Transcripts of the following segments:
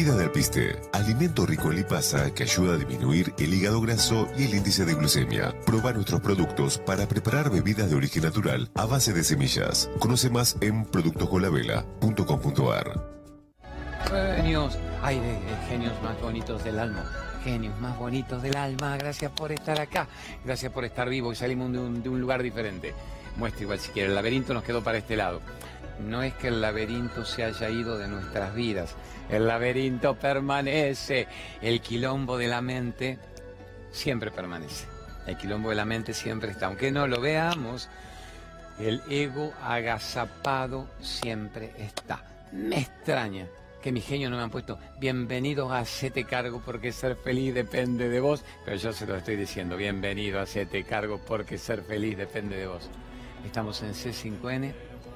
Bebida de alpiste, alimento rico en lipasa que ayuda a disminuir el hígado graso y el índice de glucemia. Proba nuestros productos para preparar bebidas de origen natural a base de semillas. Conoce más en productoscolabela.com.ar. Genios, ay, de genios más bonitos del alma. Genios más bonitos del alma, gracias por estar acá, gracias por estar vivo y salimos de un lugar diferente. Muestra igual si quiere, el laberinto nos quedó para este lado. No es que el laberinto se haya ido de nuestras vidas, el laberinto permanece, el quilombo de la mente siempre permanece, el quilombo de la mente siempre está, aunque no lo veamos, el ego agazapado siempre está. Me extraña que mis genios no me han puesto bienvenidos a Hacete Cargo porque ser feliz depende de vos, pero yo se lo estoy diciendo, bienvenido a Hacete Cargo porque ser feliz depende de vos. Estamos en C5N,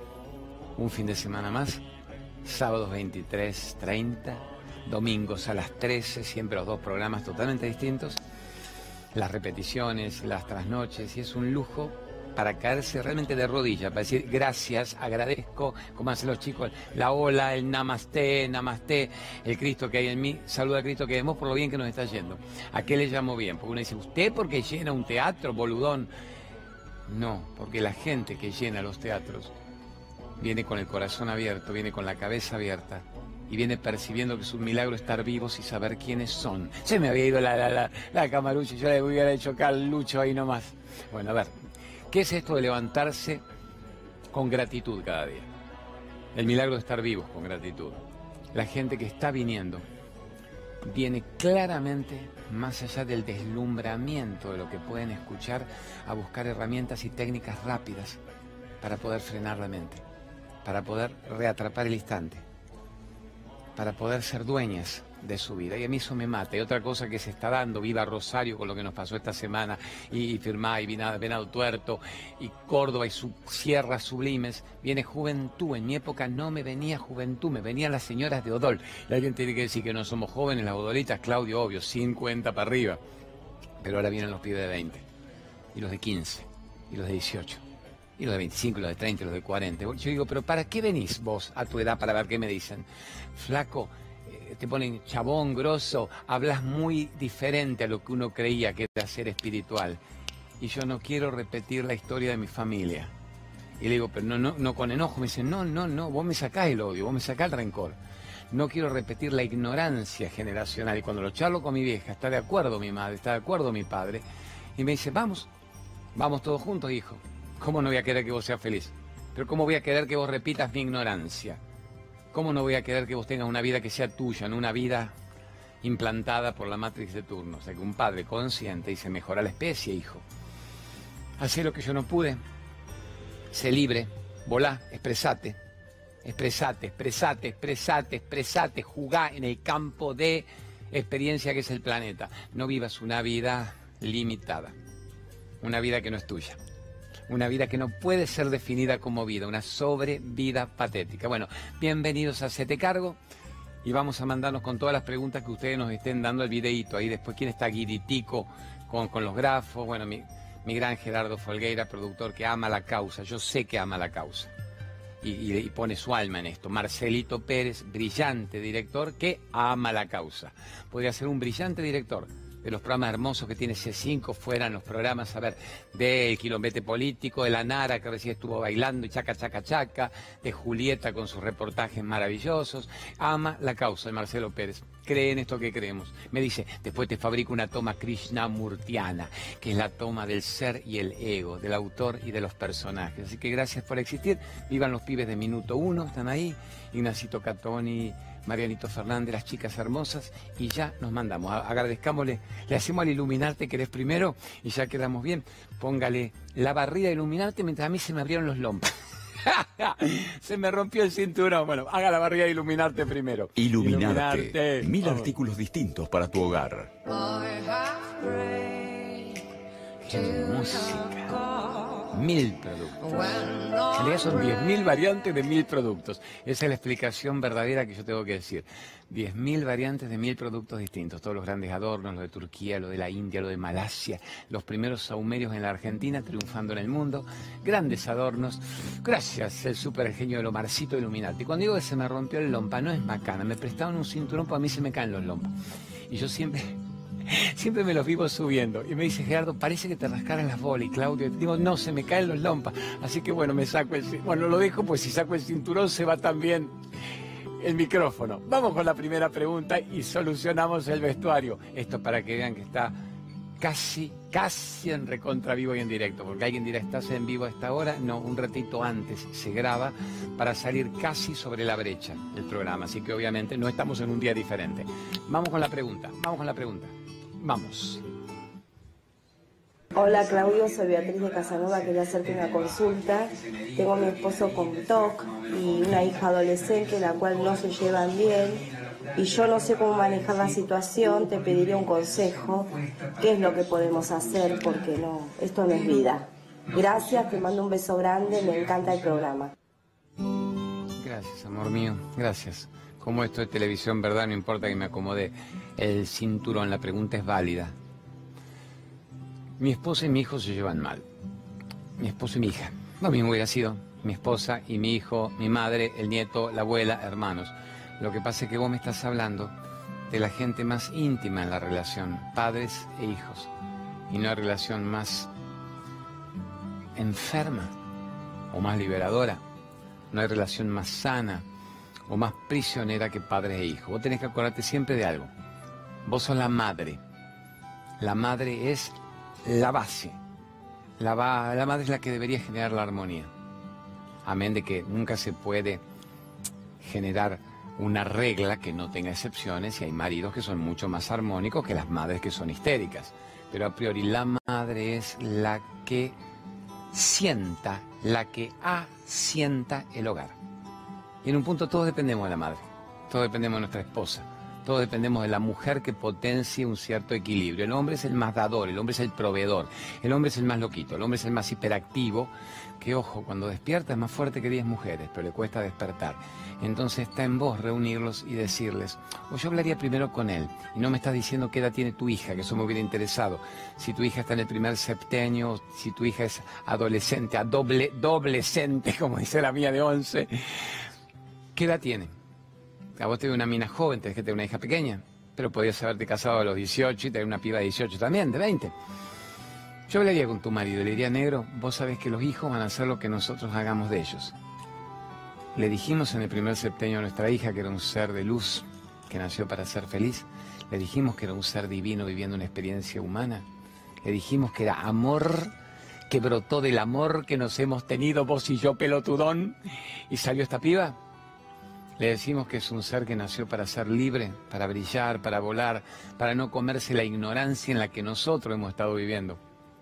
un fin de semana más, sábados 23:30, domingos a las 13, siempre los dos programas totalmente distintos, las repeticiones, las trasnoches, y es un lujo para caerse realmente de rodillas, para decir gracias, agradezco, como hacen los chicos, la ola, el namaste, namaste, el Cristo que hay en mí, saluda a Cristo que hay en vos por lo bien que nos está yendo. ¿A qué le llamo bien? Porque uno dice, ¿usted porque llena un teatro, boludón? No, porque la gente que llena los teatros viene con el corazón abierto, viene con la cabeza abierta y viene percibiendo que es un milagro estar vivos y saber quiénes son. Se me había ido la camarucha y yo le hubiera hecho Lucho ahí nomás. Bueno, a ver. ¿Qué es esto de levantarse con gratitud cada día? El milagro de estar vivos con gratitud. La gente que está viniendo viene claramente más allá del deslumbramiento de lo que pueden escuchar a buscar herramientas y técnicas rápidas para poder frenar la mente, para poder reatrapar el instante, para poder ser dueñas de su vida, y a mí eso me mata. Y otra cosa que se está dando, viva Rosario con lo que nos pasó esta semana, y Firmá, y Venado Tuerto, y Córdoba, y sus sierras sublimes, viene juventud. En mi época no me venía juventud, me venían las señoras de Odol. Y alguien tiene que decir que no somos jóvenes, las odolitas, Claudio, obvio, 50 para arriba. Pero ahora vienen los pibes de 20, y los de 15, y los de 18, y los de 25, y los de 30, y los de 40. Yo digo, pero ¿para qué venís vos a tu edad para ver qué me dicen? Flaco, te ponen chabón, grosso, hablas muy diferente a lo que uno creía que era ser espiritual. Y yo no quiero repetir la historia de mi familia. Y le digo, pero no con enojo. Me dicen, no, vos me sacás el odio, vos me sacás el rencor. No quiero repetir la ignorancia generacional. Y cuando lo charlo con mi vieja, está de acuerdo mi madre, está de acuerdo mi padre. Y me dice, vamos todos juntos, hijo. ¿Cómo no voy a querer que vos seas feliz? Pero ¿cómo voy a querer que vos repitas mi ignorancia? ¿Cómo no voy a querer que vos tengas una vida que sea tuya, no una vida implantada por la Matrix de turno? O sea, que un padre consciente dice, mejora la especie, hijo. Hacé lo que yo no pude. Sé libre, volá, expresate, jugá en el campo de experiencia que es el planeta. No vivas una vida limitada, una vida que no es tuya. Una vida que no puede ser definida como vida, una sobrevida patética. Bueno, bienvenidos a Hacete Cargo y vamos a mandarnos con todas las preguntas que ustedes nos estén dando el videíto. Ahí después, ¿quién está Guiritico con los grafos? Bueno, mi gran Gerardo Folgueira, productor que ama la causa. Yo sé que ama la causa y pone su alma en esto. Marcelito Pérez, brillante director que ama la causa. Podría ser un brillante director de los programas hermosos que tiene C5, fueran los programas, a ver, del Quilombete Político, de la Nara, que recién estuvo bailando, y Chaca, Chaca, Chaca, de Julieta con sus reportajes maravillosos. Ama la causa de Marcelo Pérez. Cree en esto que creemos. Me dice, después te fabrico una toma krishnamurtiana, que es la toma del ser y el ego, del autor y de los personajes. Así que gracias por existir. Vivan los pibes de Minuto 1, están ahí. Ignacito Catoni, Marianito Fernández, las chicas hermosas, y ya nos mandamos. Agradezcámosle, le hacemos al Iluminarte, que eres primero, y ya quedamos bien. Póngale la barrida de Iluminarte mientras a mí se me abrieron los lombos. Se me rompió el cinturón. Bueno, haga la barrida de Iluminarte primero. Iluminarte. 1000 artículos distintos para tu hogar. Qué música. 1000 productos. En realidad son 10.000 variantes de 1000 productos. Esa es la explicación verdadera que yo tengo que decir. 10.000 variantes de 1000 productos distintos. Todos los grandes adornos, lo de Turquía, lo de la India, lo de Malasia, los primeros saumerios en la Argentina triunfando en el mundo. Grandes adornos. Gracias, el super genio del Omarcito Illuminati. Cuando digo que se me rompió el lompa, no es macana. Me prestaban un cinturón, para mí se me caen los lompas. Y yo siempre me los vivo subiendo. Y me dice, Gerardo, parece que te rascaran las bolas. Y Claudio, digo, no, se me caen los lompas. Así que bueno, me saco el cinturón. Bueno, lo dejo, pues si saco el cinturón se va también el micrófono. Vamos con la primera pregunta y solucionamos el vestuario. Esto para que vean que está casi en recontra vivo y en directo. Porque alguien dirá, ¿estás en vivo a esta hora? No, un ratito antes se graba para salir casi sobre la brecha del programa. Así que obviamente no estamos en un día diferente. Vamos con la pregunta. Vamos. Hola Claudio, soy Beatriz de Casanova, quería hacerte una consulta. Tengo a mi esposo con TOC y una hija adolescente, la cual no se llevan bien. Y yo no sé cómo manejar la situación, te pediría un consejo. ¿Qué es lo que podemos hacer? Porque no, esto no es vida. Gracias, te mando un beso grande, me encanta el programa. Gracias, amor mío, gracias. Como esto es televisión, ¿verdad? No importa que me acomode el cinturón, la pregunta es válida. Mi esposa y mi hijo se llevan mal. Mi esposo y mi hija. Lo mismo hubiera sido mi esposa y mi hijo, mi madre, el nieto, la abuela, hermanos. Lo que pasa es que vos me estás hablando de la gente más íntima en la relación, padres e hijos. Y no hay relación más enferma o más liberadora. No hay relación más sana o más prisionera que padres e hijos. Vos tenés que acordarte siempre de algo. Vos sos la madre. La madre es la base. La madre es la que debería generar la armonía. Amén de que nunca se puede generar una regla que no tenga excepciones y hay maridos que son mucho más armónicos que las madres que son histéricas. Pero a priori la madre es la que sienta, la que asienta el hogar. Y en un punto todos dependemos de la madre, todos dependemos de nuestra esposa. Todos dependemos de la mujer que potencie un cierto equilibrio. El hombre es el más dador, el hombre es el proveedor, el hombre es el más loquito, el hombre es el más hiperactivo, que ojo, cuando despierta es más fuerte que 10 mujeres, pero le cuesta despertar. Entonces está en vos reunirlos y decirles, o yo hablaría primero con él, y no me estás diciendo qué edad tiene tu hija, que eso me hubiera interesado. Si tu hija está en el primer septenio, si tu hija es adolescente, adolescente, como dice la mía de 11, ¿qué edad tiene? A vos te ve una mina joven, tenés que tener una hija pequeña, pero podías haberte casado a los 18 y tener una piba de 18 también, de 20. Yo hablaría con tu marido, le diría, negro, vos sabés que los hijos van a hacer lo que nosotros hagamos de ellos. Le dijimos en el primer septenio a nuestra hija que era un ser de luz, que nació para ser feliz. Le dijimos que era un ser divino viviendo una experiencia humana. Le dijimos que era amor, que brotó del amor que nos hemos tenido vos y yo, pelotudón, y salió esta piba. Le decimos que es un ser que nació para ser libre, para brillar, para volar, para no comerse la ignorancia en la que nosotros hemos estado viviendo.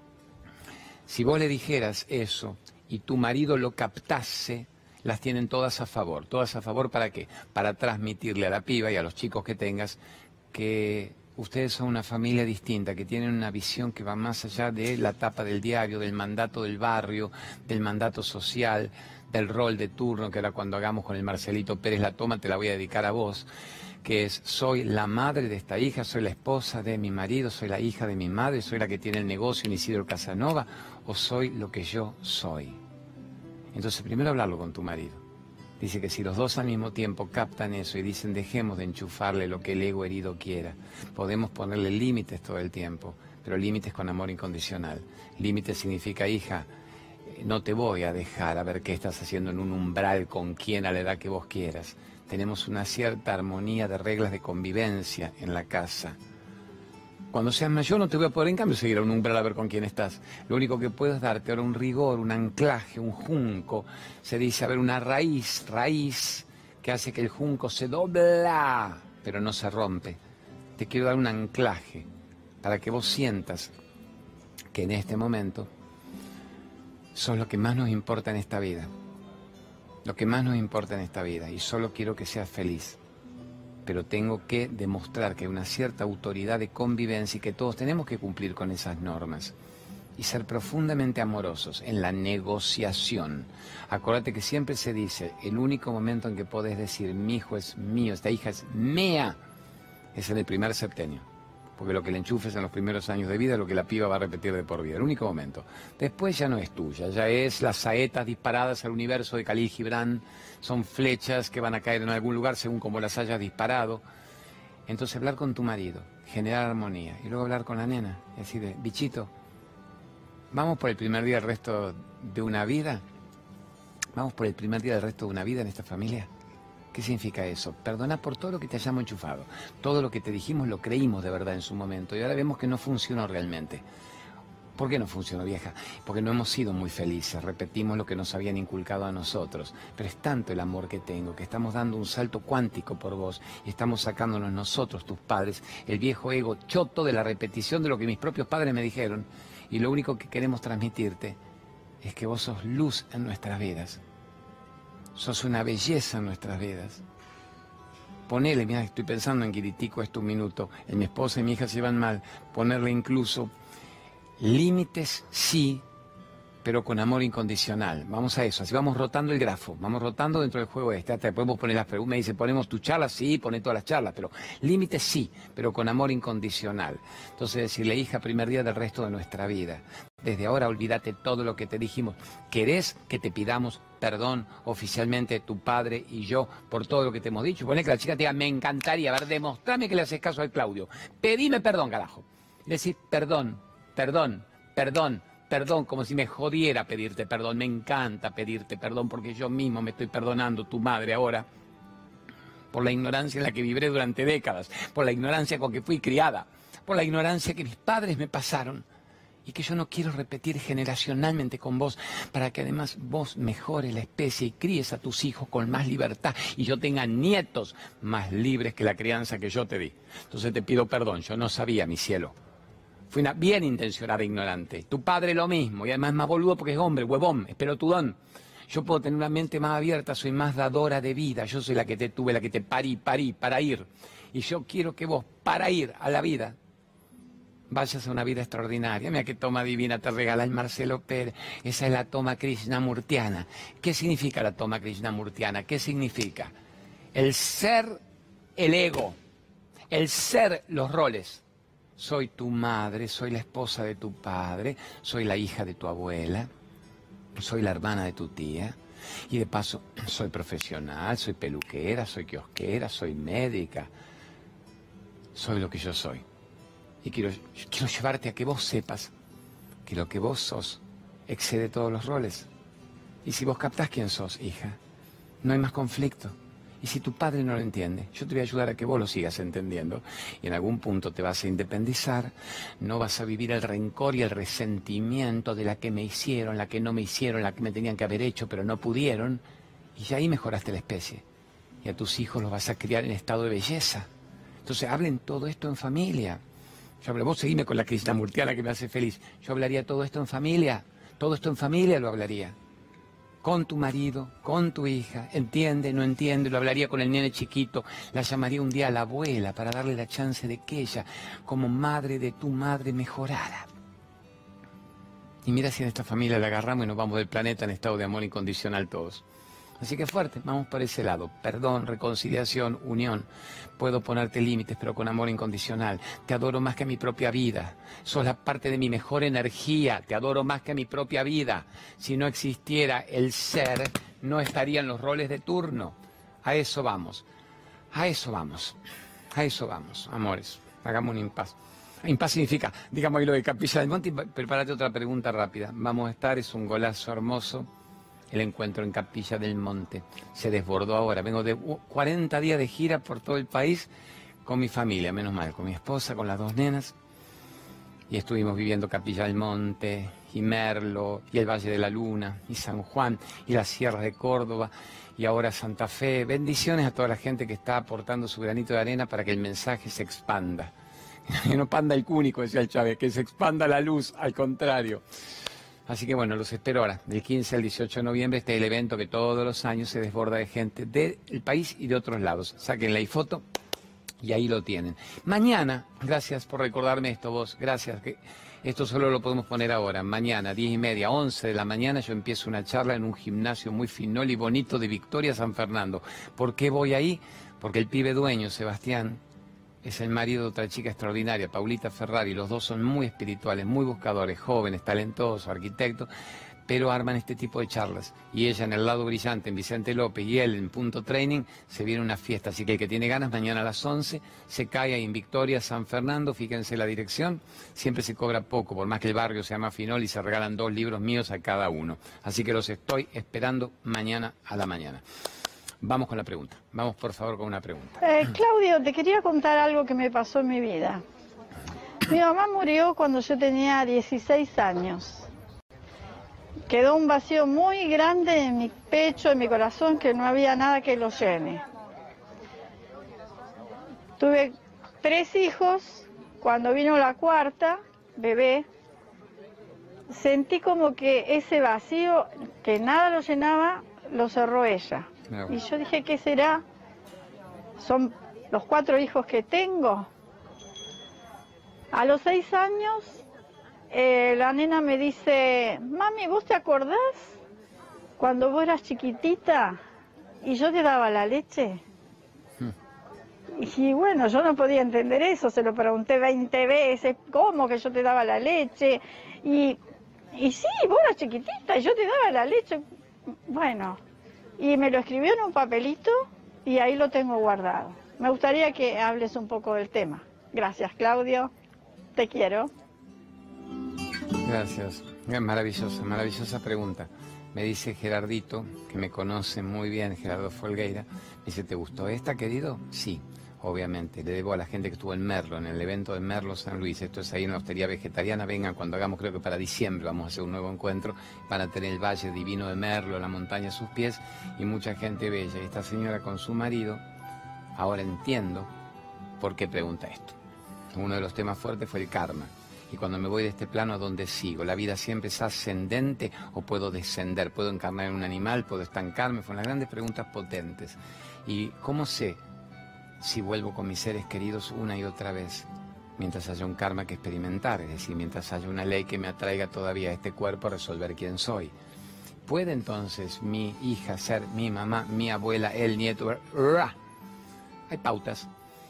Si vos le dijeras eso y tu marido lo captase, las tienen todas a favor. ¿Todas a favor para qué? Para transmitirle a la piba y a los chicos que tengas que ustedes son una familia distinta, que tienen una visión que va más allá de la tapa del diario, del mandato del barrio, del mandato social, del rol de turno, que ahora cuando hagamos con el Marcelito Pérez la toma te la voy a dedicar a vos, que es, soy la madre de esta hija, soy la esposa de mi marido, soy la hija de mi madre, soy la que tiene el negocio en Isidro Casanova, o soy lo que yo soy. Entonces primero hablarlo con tu marido. Dice que si los dos al mismo tiempo captan eso y dicen dejemos de enchufarle lo que el ego herido quiera, podemos ponerle límites todo el tiempo, pero límites con amor incondicional. Límites significa, hija, no te voy a dejar a ver qué estás haciendo en un umbral con quien a la edad que vos quieras. Tenemos una cierta armonía de reglas de convivencia en la casa. Cuando seas mayor no te voy a poder en cambio seguir a un umbral a ver con quién estás. Lo único que puedo es darte ahora un rigor, un anclaje, un junco. Se dice, a ver, una raíz que hace que el junco se dobla, pero no se rompe. Te quiero dar un anclaje para que vos sientas que en este momento sos lo que más nos importa en esta vida. Lo que más nos importa en esta vida. Y solo quiero que seas feliz. Pero tengo que demostrar que hay una cierta autoridad de convivencia y que todos tenemos que cumplir con esas normas. y ser profundamente amorosos en la negociación. Acuérdate que siempre se dice, el único momento en que podés decir, mi hijo es mío, esta hija es mía, es en el primer septenio. Porque lo que le enchufes en los primeros años de vida es lo que la piba va a repetir de por vida, el único momento. Después ya no es tuya, ya es las saetas disparadas al universo de Khalil Gibran, son flechas que van a caer en algún lugar según como las hayas disparado. Entonces hablar con tu marido, generar armonía, y luego hablar con la nena, y decirle, bichito, ¿vamos por el primer día del resto de una vida? ¿Vamos por el primer día del resto de una vida en esta familia? ¿Qué significa eso? Perdona por todo lo que te hayamos enchufado. Todo lo que te dijimos lo creímos de verdad en su momento y ahora vemos que no funcionó realmente. ¿Por qué no funcionó, vieja? Porque no hemos sido muy felices, repetimos lo que nos habían inculcado a nosotros. Pero es tanto el amor que tengo, que estamos dando un salto cuántico por vos y estamos sacándonos nosotros, tus padres, el viejo ego choto de la repetición de lo que mis propios padres me dijeron. Y lo único que queremos transmitirte es que vos sos luz en nuestras vidas. Sos una belleza en nuestras vidas. Ponele, mira, estoy pensando en Quiritico, es tu minuto. En mi esposa y mi hija se llevan mal. Ponerle incluso límites, sí, pero con amor incondicional. Vamos a eso, así vamos rotando el grafo, vamos rotando dentro del juego este. Hasta podemos poner las preguntas, me dice, ponemos tu charla, sí, poné todas las charlas, pero límites sí, pero con amor incondicional. Entonces decirle, hija, primer día del resto de nuestra vida. Desde ahora olvídate todo lo que te dijimos. ¿Querés que te pidamos perdón oficialmente tu padre y yo por todo lo que te hemos dicho? Poné que la chica te diga, me encantaría, a ver, demostrame que le haces caso al Claudio. Pedime perdón, carajo. Decir perdón, perdón, perdón. Perdón, como si me jodiera pedirte perdón. Me encanta pedirte perdón porque yo mismo me estoy perdonando, tu madre ahora, por la ignorancia en la que vibré durante décadas, por la ignorancia con que fui criada, por la ignorancia que mis padres me pasaron y que yo no quiero repetir generacionalmente con vos para que además vos mejores la especie y críes a tus hijos con más libertad y yo tenga nietos más libres que la crianza que yo te di. Entonces te pido perdón, yo no sabía, mi cielo. Fui una bien intencionada ignorante. Tu padre lo mismo, y además más boludo porque es hombre, huevón, es pelotudón. Yo puedo tener una mente más abierta, soy más dadora de vida. Yo soy la que te tuve, la que te parí para ir. Y yo quiero que vos, para ir a la vida, vayas a una vida extraordinaria. Mira qué toma divina te regala el Marcelo Pérez. Esa es la toma krishnamurtiana. ¿Qué significa la toma krishnamurtiana? ¿Qué significa? El ser, el ego. El ser, los roles. Soy tu madre, soy la esposa de tu padre, soy la hija de tu abuela, soy la hermana de tu tía y de paso soy profesional, soy peluquera, soy kiosquera, soy médica, soy lo que yo soy. Y quiero llevarte a que vos sepas que lo que vos sos excede todos los roles. Y si vos captás quién sos, hija, no hay más conflicto. Y si tu padre no lo entiende, yo te voy a ayudar a que vos lo sigas entendiendo. Y en algún punto te vas a independizar, no vas a vivir el rencor y el resentimiento de la que me hicieron, la que no me hicieron, la que me tenían que haber hecho, pero no pudieron. Y ya ahí mejoraste la especie. Y a tus hijos los vas a criar en estado de belleza. Entonces hablen todo esto en familia. Yo hablo, vos seguime con la krishnamurtiana que me hace feliz. Yo hablaría todo esto en familia. Todo esto en familia lo hablaría. Con tu marido, con tu hija, entiende, no entiende, lo hablaría con el nene chiquito, la llamaría un día a la abuela para darle la chance de que ella, como madre de tu madre, mejorara. Y mira si en esta familia la agarramos y nos vamos del planeta en estado de amor incondicional todos. Así que fuerte, vamos por ese lado. Perdón, reconciliación, unión. Puedo ponerte límites, pero con amor incondicional. Te adoro más que a mi propia vida. Sos la parte de mi mejor energía. Te adoro más que a mi propia vida. Si no existiera el ser, no estarían los roles de turno. A eso vamos. A eso vamos. A eso vamos, amores. Hagamos un impas. Impas significa, digamos ahí lo de Capilla del Monte. Prepárate otra pregunta rápida. Vamos a estar, es un golazo hermoso. El encuentro en Capilla del Monte se desbordó ahora. Vengo de 40 días de gira por todo el país con mi familia, menos mal, con mi esposa, con las dos nenas. Y estuvimos viviendo Capilla del Monte, y Merlo, y el Valle de la Luna, y San Juan, y las sierras de Córdoba, y ahora Santa Fe. Bendiciones a toda la gente que está aportando su granito de arena para que el mensaje se expanda. Que no panda el cúnico, decía el Chávez, que se expanda la luz, al contrario. Así que bueno, los espero ahora, del 15 al 18 de noviembre, este es el evento que todos los años se desborda de gente del país y de otros lados. Sáquenle ahí foto y ahí lo tienen. Mañana, gracias por recordarme esto vos, gracias, que Esto solo lo podemos poner ahora. Mañana, 10:30, 11 de la mañana, yo empiezo una charla en un gimnasio muy finol y bonito de Victoria, San Fernando. ¿Por qué voy ahí? Porque el pibe dueño, Sebastián, es el marido de otra chica extraordinaria, Paulita Ferrari. Los dos son muy espirituales, muy buscadores, jóvenes, talentosos, arquitectos, pero arman este tipo de charlas. Y ella en el lado brillante, en Vicente López, y él en Punto Training, se viene una fiesta. Así que el que tiene ganas, mañana a las 11, se cae ahí en Victoria, San Fernando. Fíjense la dirección, siempre se cobra poco, por más que el barrio se llama Finol, y se regalan 2 libros míos a cada uno. Así que los estoy esperando mañana a la mañana. Vamos con la pregunta. Vamos, por favor, con una pregunta. Claudio, te quería contar algo que me pasó en mi vida. Mi mamá murió cuando yo tenía 16 años. Quedó un vacío muy grande en mi pecho, en mi corazón, que no había nada que lo llene. Tuve 3 hijos. Cuando vino la cuarta, bebé, sentí como que ese vacío, que nada lo llenaba, lo cerró ella. Y yo dije, ¿qué será? Son los 4 hijos que tengo. A los 6 años, la nena me dice, mami, ¿vos te acordás cuando vos eras chiquitita y yo te daba la leche? Y bueno, yo no podía entender eso, se lo pregunté 20 veces, ¿cómo que yo te daba la leche? Y sí, vos eras chiquitita y yo te daba la leche. Bueno, y me lo escribió en un papelito y ahí lo tengo guardado. Me gustaría que hables un poco del tema. Gracias, Claudio. Te quiero. Gracias. Maravillosa, maravillosa pregunta. Me dice Gerardito, que me conoce muy bien, Gerardo Folgueira, me dice, ¿te gustó esta, querido? Sí, obviamente. Le debo a la gente que estuvo en Merlo, en el evento de Merlo San Luis. Esto es ahí en la Hostería Vegetariana. Vengan cuando hagamos, creo que para diciembre vamos a hacer un nuevo encuentro. Van a tener el Valle Divino de Merlo, la montaña a sus pies y mucha gente bella. Y esta señora con su marido, ahora entiendo por qué pregunta esto. Uno de los temas fuertes fue el karma. Y cuando me voy de este plano, ¿a dónde sigo? ¿La vida siempre es ascendente o puedo descender? ¿Puedo encarnar en un animal? ¿Puedo estancarme? Fueron las grandes preguntas potentes. ¿Y cómo sé si vuelvo con mis seres queridos una y otra vez? Mientras haya un karma que experimentar, es decir, mientras haya una ley que me atraiga todavía a este cuerpo a resolver quién soy. ¿Puede entonces mi hija ser mi mamá, mi abuela, el nieto? Hay pautas.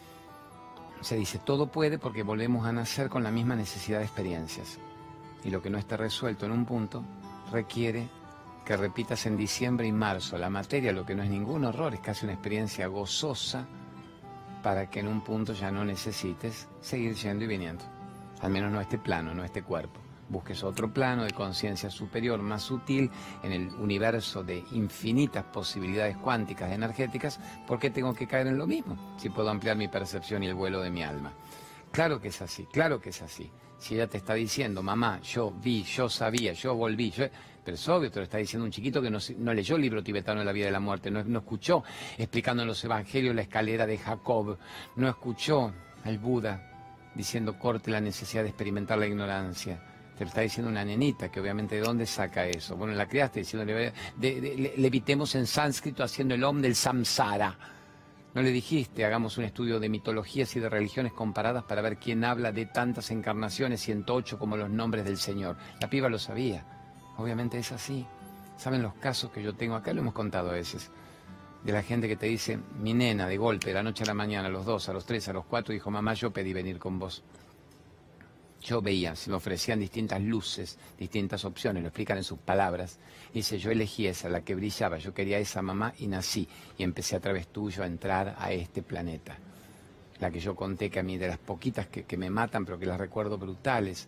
Se dice, todo puede porque volvemos a nacer con la misma necesidad de experiencias. Y lo que no esté resuelto en un punto requiere que repitas en diciembre y marzo la materia, lo que no es ningún horror, es casi una experiencia gozosa para que en un punto ya no necesites seguir yendo y viniendo. Al menos no este plano, no este cuerpo. Busques otro plano de conciencia superior, más sutil, en el universo de infinitas posibilidades cuánticas energéticas. ¿Por qué tengo que caer en lo mismo si puedo ampliar mi percepción y el vuelo de mi alma? Claro que es así, claro que es así. Si ella te está diciendo, mamá, yo vi, yo sabía, yo volví, pero es obvio, te lo está diciendo un chiquito que no leyó el libro tibetano de la vida y de la muerte, no escuchó explicando en los evangelios la escalera de Jacob, no escuchó al Buda diciendo corte la necesidad de experimentar la ignorancia. Te lo está diciendo una nenita, que obviamente ¿de dónde saca eso? Bueno, la criaste diciéndole, levitemos en sánscrito haciendo el om del samsara. No le dijiste, hagamos un estudio de mitologías y de religiones comparadas para ver quién habla de tantas encarnaciones, 108 como los nombres del Señor. La piba lo sabía. Obviamente es así. ¿Saben los casos que yo tengo? Acá lo hemos contado a veces. De la gente que te dice, mi nena, de golpe, de la noche a la mañana, a los 2, a los 3, a los 4, dijo, mamá, yo pedí venir con vos. Yo veía, se me ofrecían distintas luces, distintas opciones, lo explican en sus palabras. Dice, yo elegí esa, la que brillaba, yo quería esa mamá y nací. Y empecé a través tuyo a entrar a este planeta. La que yo conté que a mí, de las poquitas que me matan, pero que las recuerdo brutales.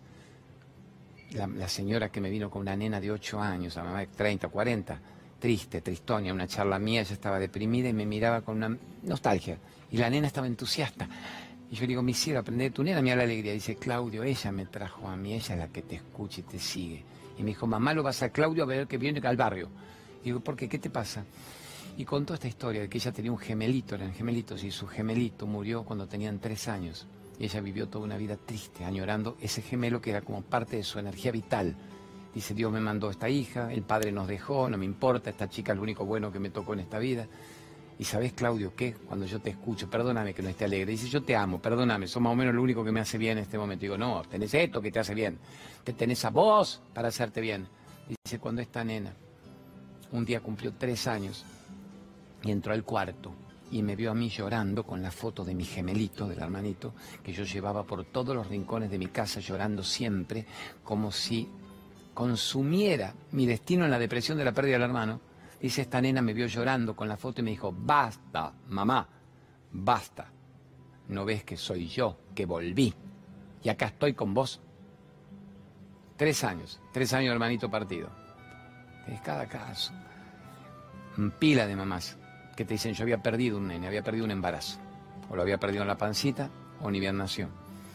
La señora que me vino con una nena de 8 años, la mamá de 30, 40, triste, tristonia, una charla mía, ella estaba deprimida y me miraba con una nostalgia. Y la nena estaba entusiasta. Y yo le digo, mi cielo, aprende de tu nena, mira la alegría. Dice, Claudio, ella me trajo a mí, ella es la que te escucha y te sigue. Y me dijo, mamá, lo vas a Claudio a ver que viene al barrio. Y digo, ¿por qué? ¿Qué te pasa? Y contó esta historia de que ella tenía un gemelito, eran gemelitos, y su gemelito murió cuando tenían 3 años. Y ella vivió toda una vida triste, añorando ese gemelo que era como parte de su energía vital. Dice, Dios me mandó esta hija, el padre nos dejó, no me importa, esta chica es lo único bueno que me tocó en esta vida. Y sabés, Claudio, ¿qué? Cuando yo te escucho, perdóname que no esté alegre, dice, yo te amo, perdóname, sos más o menos lo único que me hace bien en este momento. Digo, no, tenés esto que te hace bien, te tenés a vos para hacerte bien. Dice, cuando esta nena un día cumplió 3 años y entró al cuarto y me vio a mí llorando con la foto de mi gemelito, del hermanito, que yo llevaba por todos los rincones de mi casa llorando siempre, como si consumiera mi destino en la depresión de la pérdida del hermano. Dice, esta nena me vio llorando con la foto y me dijo, basta, mamá, basta. ¿No ves que soy yo, que volví? Y acá estoy con vos. 3 años, 3 años hermanito partido. Es cada caso. Pila de mamás que te dicen, yo había perdido un nene, había perdido un embarazo. O lo había perdido en la pancita, o ni bien nació.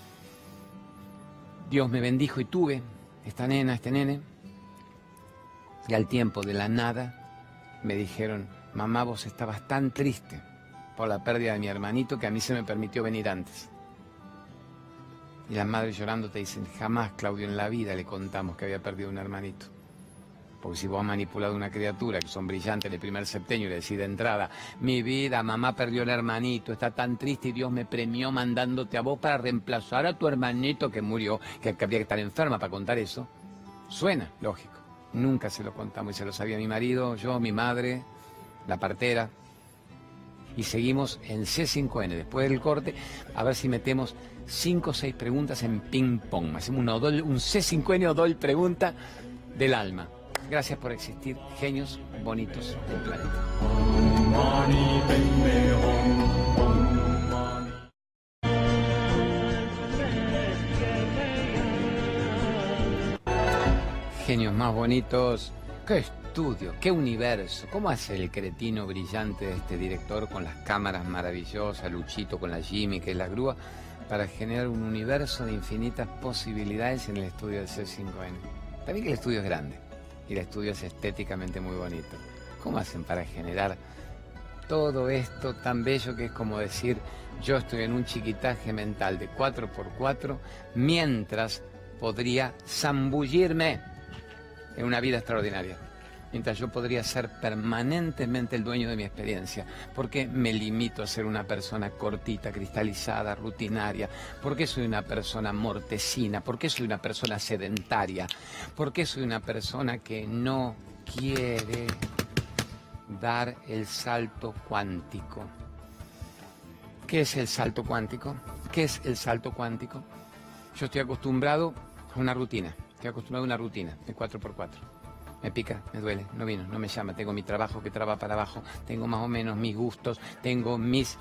Dios me bendijo y tuve esta nena, este nene. Y al tiempo de la nada, me dijeron, mamá, vos estabas tan triste por la pérdida de mi hermanito que a mí se me permitió venir antes. Y las madres llorando te dicen, jamás, Claudio, en la vida le contamos que había perdido un hermanito. Porque si vos has manipulado a una criatura que son brillantes de primer septenio y le decís de entrada, mi vida, mamá perdió el hermanito, está tan triste y Dios me premió mandándote a vos para reemplazar a tu hermanito que murió, que habría que estar enferma para contar eso. Suena lógico. Nunca se lo contamos y se lo sabía mi marido, yo, mi madre, la partera. Y seguimos en C5N, después del corte, a ver si metemos 5 o 6 preguntas en ping-pong. Hacemos un C5N o doble pregunta del alma. Gracias por existir, genios bonitos del planeta. Genios más bonitos. ¡Qué estudio! ¡Qué universo! ¿Cómo hace el cretino brillante de este director con las cámaras maravillosas, Luchito con la Jimmy, que es la grúa, para generar un universo de infinitas posibilidades en el estudio del C5N? También que el estudio es grande y el estudio es estéticamente muy bonito. ¿Cómo hacen para generar todo esto tan bello que es como decir, yo estoy en un chiquitaje mental de 4x4 mientras podría zambullirme en una vida extraordinaria? Mientras yo podría ser permanentemente el dueño de mi experiencia. ¿Por qué me limito a ser una persona cortita, cristalizada, rutinaria? ¿Por qué soy una persona mortecina? ¿Por qué soy una persona sedentaria? ¿Por qué soy una persona que no quiere dar el salto cuántico? ¿Qué es el salto cuántico? ¿Qué es el salto cuántico? Yo estoy acostumbrado a una rutina. Estoy acostumbrado a una rutina de 4x4. Me pica, me duele, no vino, no me llama. Tengo mi trabajo que traba para abajo. Tengo más o menos mis gustos. Tengo mis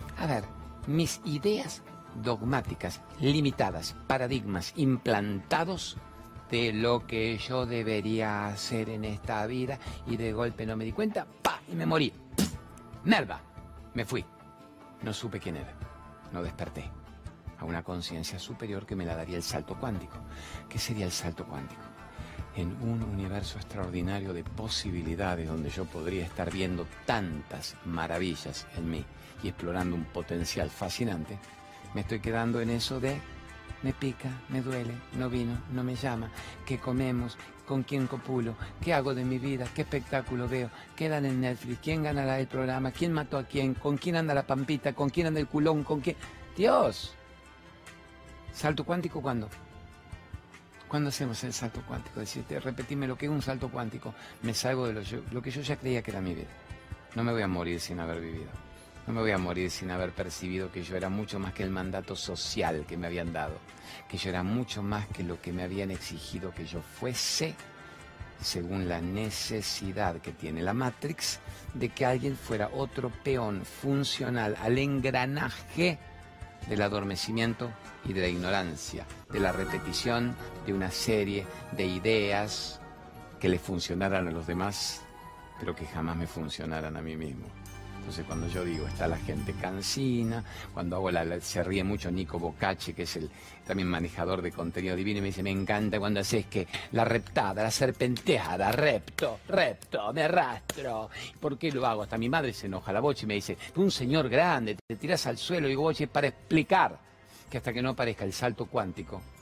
ideas dogmáticas, limitadas, paradigmas implantados de lo que yo debería hacer en esta vida. Y de golpe no me di cuenta, ¡pa! Y me morí. Merda. Me fui. No supe quién era. No desperté a una conciencia superior que me la daría el salto cuántico. ¿Qué sería el salto cuántico? En un universo extraordinario de posibilidades donde yo podría estar viendo tantas maravillas en mí y explorando un potencial fascinante, me estoy quedando en eso de me pica, me duele, no vino, no me llama, qué comemos, con quién copulo, qué hago de mi vida, qué espectáculo veo, qué dan en Netflix, quién ganará el programa, quién mató a quién, con quién anda la pampita, con quién anda el culón, con quién... ¡Dios! ¿Salto cuántico cuándo? ¿Cuándo hacemos el salto cuántico? Decirte, repetime lo que es un salto cuántico. Me salgo de lo que yo ya creía que era mi vida. No me voy a morir sin haber vivido. No me voy a morir sin haber percibido que yo era mucho más que el mandato social que me habían dado. Que yo era mucho más que lo que me habían exigido que yo fuese, según la necesidad que tiene la Matrix, de que alguien fuera otro peón funcional al engranaje del adormecimiento y de la ignorancia, de la repetición de una serie de ideas que le funcionaran a los demás, pero que jamás me funcionaran a mí mismo. Entonces cuando yo digo, está la gente cansina, cuando hago se ríe mucho Nico Bocacci, que es el también manejador de contenido divino, y me dice, me encanta cuando haces que la reptada, la serpenteada, repto, me arrastro. ¿Por qué lo hago? Hasta mi madre se enoja, la Bochi me dice, tú un señor grande, te tiras al suelo, y digo, Bochi, para explicar que hasta que no aparezca el salto cuántico,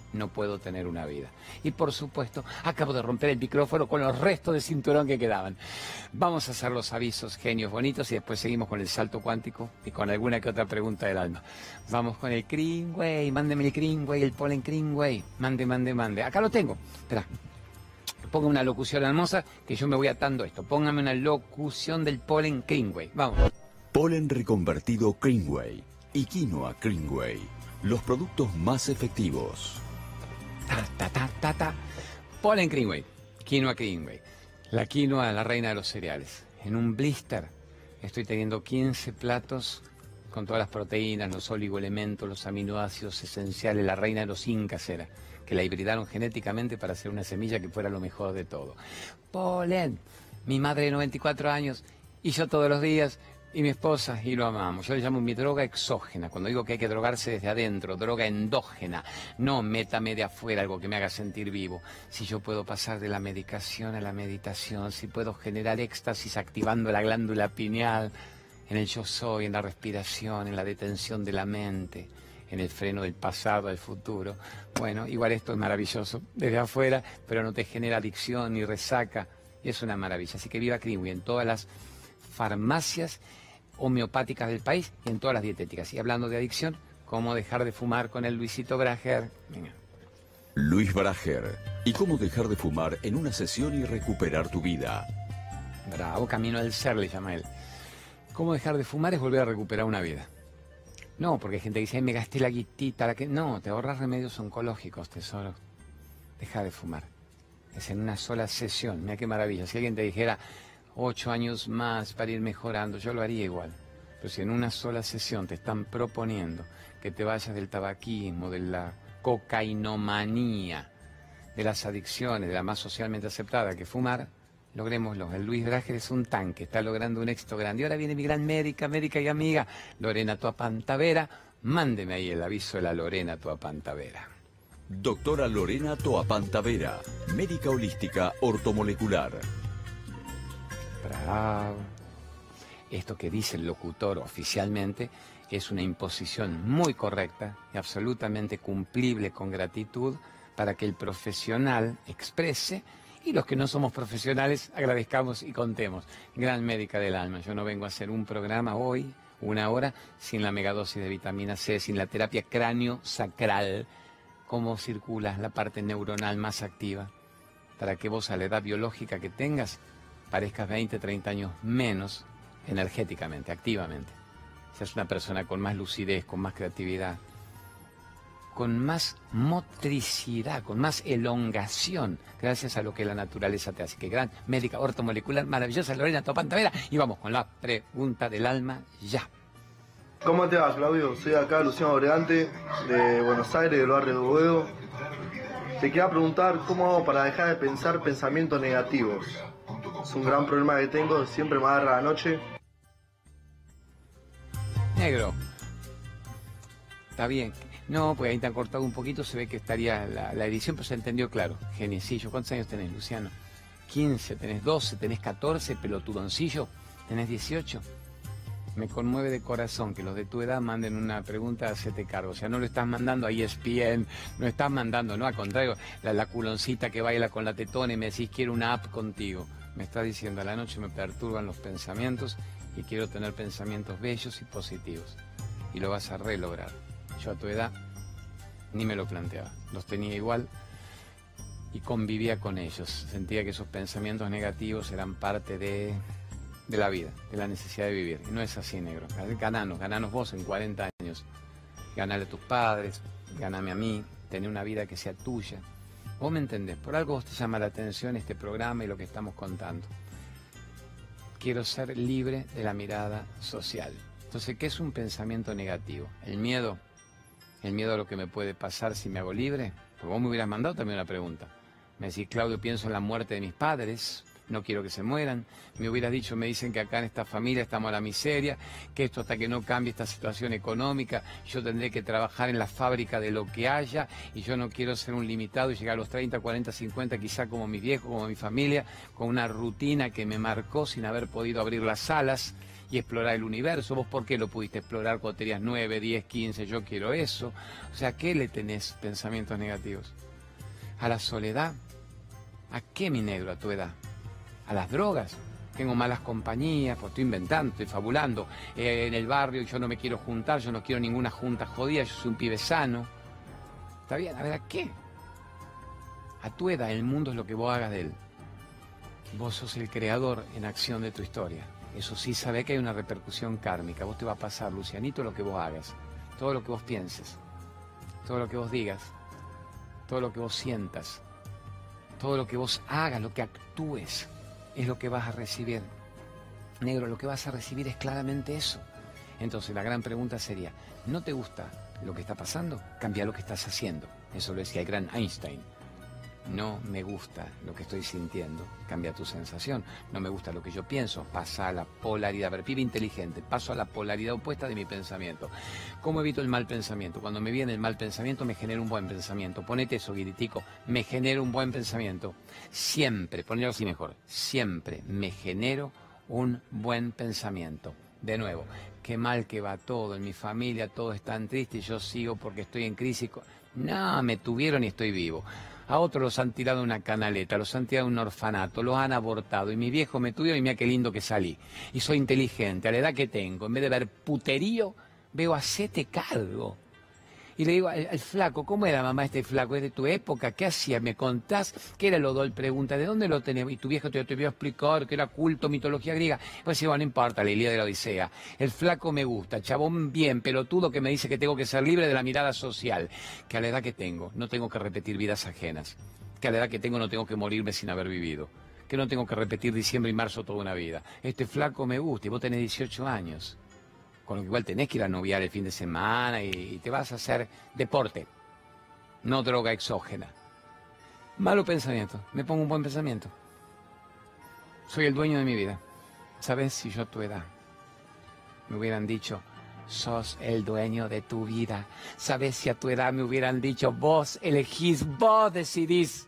no puedo tener una vida. Y por supuesto, acabo de romper el micrófono con los restos de cinturón que quedaban. Vamos a hacer los avisos, genios bonitos, y después seguimos con el salto cuántico y con alguna que otra pregunta del alma. Vamos con el Greenway, mándeme el Greenway, el polen Greenway, mande. Acá lo tengo, espera. Ponga una locución hermosa que yo me voy atando esto. Póngame una locución del polen Greenway. Vamos. Polen reconvertido Greenway y quinoa Greenway. Los productos más efectivos. Polen Greenway. Quinoa Greenway. La quinoa, la reina de los cereales. En un blister estoy teniendo 15 platos con todas las proteínas, los oligoelementos, los aminoácidos esenciales. La reina de los incas era, que la hibridaron genéticamente para hacer una semilla que fuera lo mejor de todo. Polen, mi madre de 94 años, y yo todos los días, y mi esposa, y lo amamos. Yo le llamo mi droga exógena, cuando digo que hay que drogarse desde adentro, droga endógena, no métame de afuera algo que me haga sentir vivo. Si yo puedo pasar de la medicación a la meditación, si puedo generar éxtasis activando la glándula pineal, en el yo soy, en la respiración, en la detención de la mente, en el freno del pasado al futuro. Bueno, igual esto es maravilloso desde afuera, pero no te genera adicción ni resaca, y es una maravilla. Así que viva Greenway en todas las farmacias homeopáticas del país y en todas las dietéticas. Y hablando de adicción, ¿cómo dejar de fumar con el Luisito Brager? Venga. Luis Brager. ¿Y cómo dejar de fumar en una sesión y recuperar tu vida? Bravo, camino al ser le llama él. ¿Cómo dejar de fumar? Es volver a recuperar una vida. No, porque hay gente que dice, "Ay, me gasté la guitita, la que..." No, te ahorras remedios oncológicos, tesoro. Deja de fumar. Es en una sola sesión. Mira qué maravilla. Si alguien te dijera 8 años más para ir mejorando, yo lo haría igual. Pero si en una sola sesión te están proponiendo que te vayas del tabaquismo, de la cocainomanía, de las adicciones, de la más socialmente aceptada que fumar, logrémoslo. El Luis Brager es un tanque, está logrando un éxito grande. Y ahora viene mi gran médica y amiga, Lorena Toapantavera. Mándeme ahí el aviso de la Lorena Toapantavera. Doctora Lorena Toapantavera, médica holística ortomolecular. Bravo. Esto que dice el locutor oficialmente es una imposición muy correcta y absolutamente cumplible con gratitud para que el profesional exprese y los que no somos profesionales agradezcamos y contemos. Gran médica del alma, yo no vengo a hacer un programa hoy, 1 hora, sin la megadosis de vitamina C, sin la terapia cráneo-sacral, cómo circula la parte neuronal más activa, para que vos a la edad biológica que tengas parezcas 20, 30 años menos energéticamente, activamente. Seas una persona con más lucidez, con más creatividad, con más motricidad, con más elongación, gracias a lo que la naturaleza te hace. Que gran médica ortomolecular, maravillosa Lorena Toapantavera. Y vamos con la pregunta del alma ya. ¿Cómo te va, Claudio? Soy acá Luciano Bregante, de Buenos Aires, del barrio de Boedo. Te quería preguntar cómo hago para dejar de pensar pensamientos negativos. Es un gran problema que tengo, siempre me agarra la noche. Negro. Está bien. No, porque ahí te han cortado un poquito, se ve que estaría la edición, pero se entendió claro. Geniecillo. ¿Cuántos años tenés, Luciano? 15, tenés 12, tenés 14, pelotudoncillo, tenés 18. Me conmueve de corazón que los de tu edad manden una pregunta, hacete cargo. O sea, no lo estás mandando a ESPN, no estás mandando, no, al contrario, la culoncita que baila con la tetona y me decís quiero una app contigo. Me está diciendo a la noche me perturban los pensamientos y quiero tener pensamientos bellos y positivos. Y lo vas a relograr. Yo a tu edad ni me lo planteaba. Los tenía igual y convivía con ellos. Sentía que esos pensamientos negativos eran parte de la vida, de la necesidad de vivir. Y no es así, negro. Gananos vos en 40 años. Ganale a tus padres, ganame a mí, tener una vida que sea tuya. Vos me entendés, por algo vos te llama la atención este programa y lo que estamos contando. Quiero ser libre de la mirada social. Entonces, ¿qué es un pensamiento negativo? El miedo a lo que me puede pasar si me hago libre. Porque vos me hubieras mandado también una pregunta. Me decís, Claudio, pienso en la muerte de mis padres, no quiero que se mueran. Me hubieras dicho, me dicen que acá en esta familia estamos a la miseria, que esto hasta que no cambie esta situación económica, yo tendré que trabajar en la fábrica de lo que haya, y yo no quiero ser un limitado y llegar a los 30, 40, 50, quizá como mis viejos, como mi familia, con una rutina que me marcó sin haber podido abrir las alas y explorar el universo. ¿Vos por qué lo pudiste explorar cuando tenías 9, 10, 15? Yo quiero eso. O sea, ¿a qué le tenés pensamientos negativos? ¿A la soledad? ¿A qué, mi negro, a tu edad? ¿A las drogas? Tengo malas compañías, pues estoy inventando, estoy fabulando. En el barrio yo no me quiero juntar, yo no quiero ninguna junta jodida, yo soy un pibe sano. Está bien, a ver, ¿a qué? A tu edad, el mundo es lo que vos hagas de él. Vos sos el creador en acción de tu historia. Eso sí, sabés que hay una repercusión kármica. Vos te va a pasar, Lucianito, lo que vos hagas. Todo lo que vos pienses. Todo lo que vos digas. Todo lo que vos sientas. Todo lo que vos hagas, lo que actúes, es lo que vas a recibir. Negro, lo que vas a recibir es claramente eso. Entonces la gran pregunta sería, ¿no te gusta lo que está pasando? Cambia lo que estás haciendo. Eso lo decía el gran Einstein. No me gusta lo que estoy sintiendo, cambia tu sensación. No me gusta lo que yo pienso, pasa a la polaridad. A ver, pibe inteligente, paso a la polaridad opuesta de mi pensamiento. ¿Cómo evito el mal pensamiento? Cuando me viene el mal pensamiento, me genera un buen pensamiento. Ponete eso, Guiritico, me genero un buen pensamiento. Siempre, ponelo así mejor, siempre me genero un buen pensamiento. De nuevo, qué mal que va todo, en mi familia todos están tristes y yo sigo porque estoy en crisis. No, me tuvieron y estoy vivo. A otros los han tirado una canaleta, los han tirado un orfanato, los han abortado. Y mi viejo me tuvieron y mira qué lindo que salí. Y soy inteligente, a la edad que tengo. En vez de ver puterío, veo hacete cargo. Y le digo al flaco, ¿cómo era, mamá, este flaco? ¿Es de tu época? ¿Qué hacía? ¿Me contás? ¿Qué era lo Dol? Pregunta, ¿de dónde lo tenés? Y tu viejo te voy a explicar que era culto, mitología griega. Pues sí, bueno, no importa, la Ilíada de la Odisea. El flaco me gusta, chabón bien, pelotudo que me dice que tengo que ser libre de la mirada social. Que a la edad que tengo no tengo que repetir vidas ajenas. Que a la edad que tengo no tengo que morirme sin haber vivido. Que no tengo que repetir diciembre y marzo toda una vida. Este flaco me gusta y vos tenés 18 años. Con lo que igual tenés que ir a noviar el fin de semana y te vas a hacer deporte, no droga exógena. Malo pensamiento, me pongo un buen pensamiento. Soy el dueño de mi vida. ¿Sabes? Si yo a tu edad me hubieran dicho, sos el dueño de tu vida. ¿Sabes? Si a tu edad me hubieran dicho, vos elegís, vos decidís.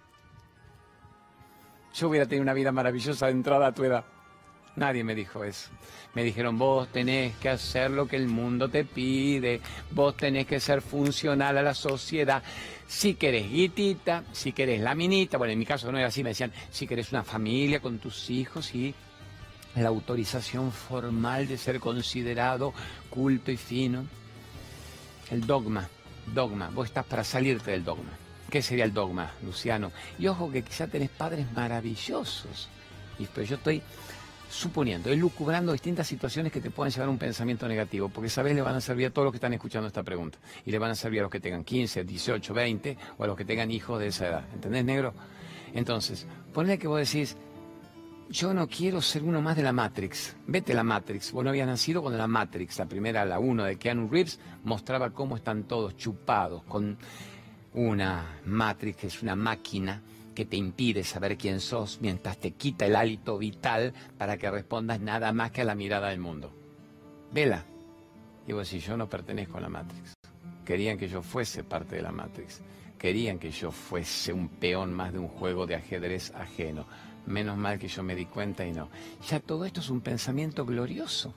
Yo hubiera tenido una vida maravillosa de entrada a tu edad. Nadie me dijo eso. Me dijeron, vos tenés que hacer lo que el mundo te pide, vos tenés que ser funcional a la sociedad. Si querés guitita, si querés la minita, bueno, en mi caso no era así, me decían, si querés una familia con tus hijos y la autorización formal de ser considerado culto y fino. El dogma, vos estás para salirte del dogma. ¿Qué sería el dogma, Luciano? Y ojo que quizá tenés padres maravillosos, pero yo estoy suponiendo, elucubrando distintas situaciones que te puedan llevar a un pensamiento negativo, porque sabes, le van a servir a todos los que están escuchando esta pregunta, y le van a servir a los que tengan 15, 18, 20, o a los que tengan hijos de esa edad, ¿entendés, negro? Entonces, ponle que vos decís, yo no quiero ser uno más de la Matrix, vete la Matrix, vos no habías nacido cuando la Matrix, la primera, la 1 de Keanu Reeves, mostraba cómo están todos chupados, con una Matrix que es una máquina que te impide saber quién sos mientras te quita el hálito vital para que respondas nada más que a la mirada del mundo. Vela. Y vos decís, yo no pertenezco a la Matrix. Querían que yo fuese parte de la Matrix. Querían que yo fuese un peón más de un juego de ajedrez ajeno. Menos mal que yo me di cuenta y no. Ya todo esto es un pensamiento glorioso.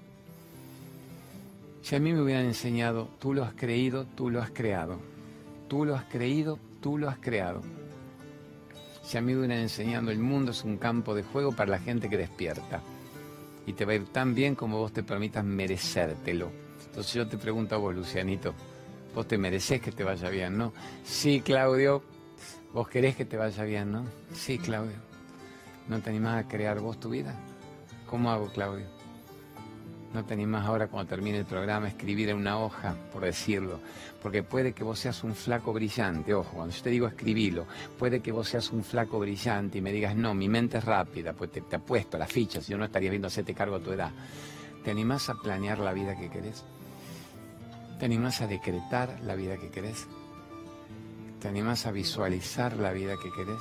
Si a mí me hubieran enseñado, tú lo has creído, tú lo has creado. Tú lo has creído, tú lo has creado. Si a mí me hubieran enseñado, el mundo es un campo de juego para la gente que despierta. Y te va a ir tan bien como vos te permitas merecértelo. Entonces yo te pregunto a vos, Lucianito, vos te merecés que te vaya bien, ¿no? Sí, Claudio. ¿Vos querés que te vaya bien, no? Sí, Claudio. ¿No te animás a crear vos tu vida? ¿Cómo hago, Claudio? ¿No te animás ahora cuando termine el programa a escribir en una hoja, por decirlo? Porque puede que vos seas un flaco brillante, ojo, cuando yo te digo escribilo, puede que vos seas un flaco brillante y me digas, no, mi mente es rápida, pues te apuesto a las fichas, yo no estaría viendo hacerte cargo a tu edad. ¿Te animás a planear la vida que querés? ¿Te animás a decretar la vida que querés? ¿Te animás a visualizar la vida que querés?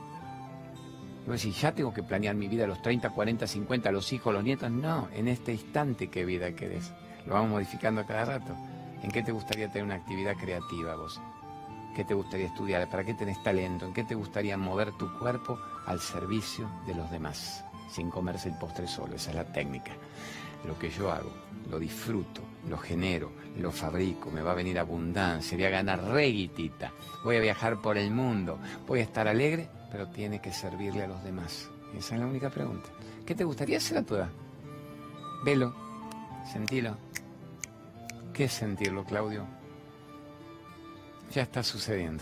Y vos decís, ya tengo que planear mi vida a los 30, 40, 50, los hijos, los nietos. No, en este instante, ¿qué vida querés? Lo vamos modificando a cada rato. ¿En qué te gustaría tener una actividad creativa vos? ¿Qué te gustaría estudiar? ¿Para qué tenés talento? ¿En qué te gustaría mover tu cuerpo al servicio de los demás? Sin comerse el postre solo, esa es la técnica. lo que yo hago, lo disfruto, lo genero, lo fabrico, me va a venir abundancia, voy a ganar reguitita, voy a viajar por el mundo, voy a estar alegre, pero tiene que servirle a los demás. Esa es la única pregunta. ¿Qué te gustaría hacer a tu edad? Velo, sentilo. ¿Qué es sentirlo, Claudio? Ya está sucediendo.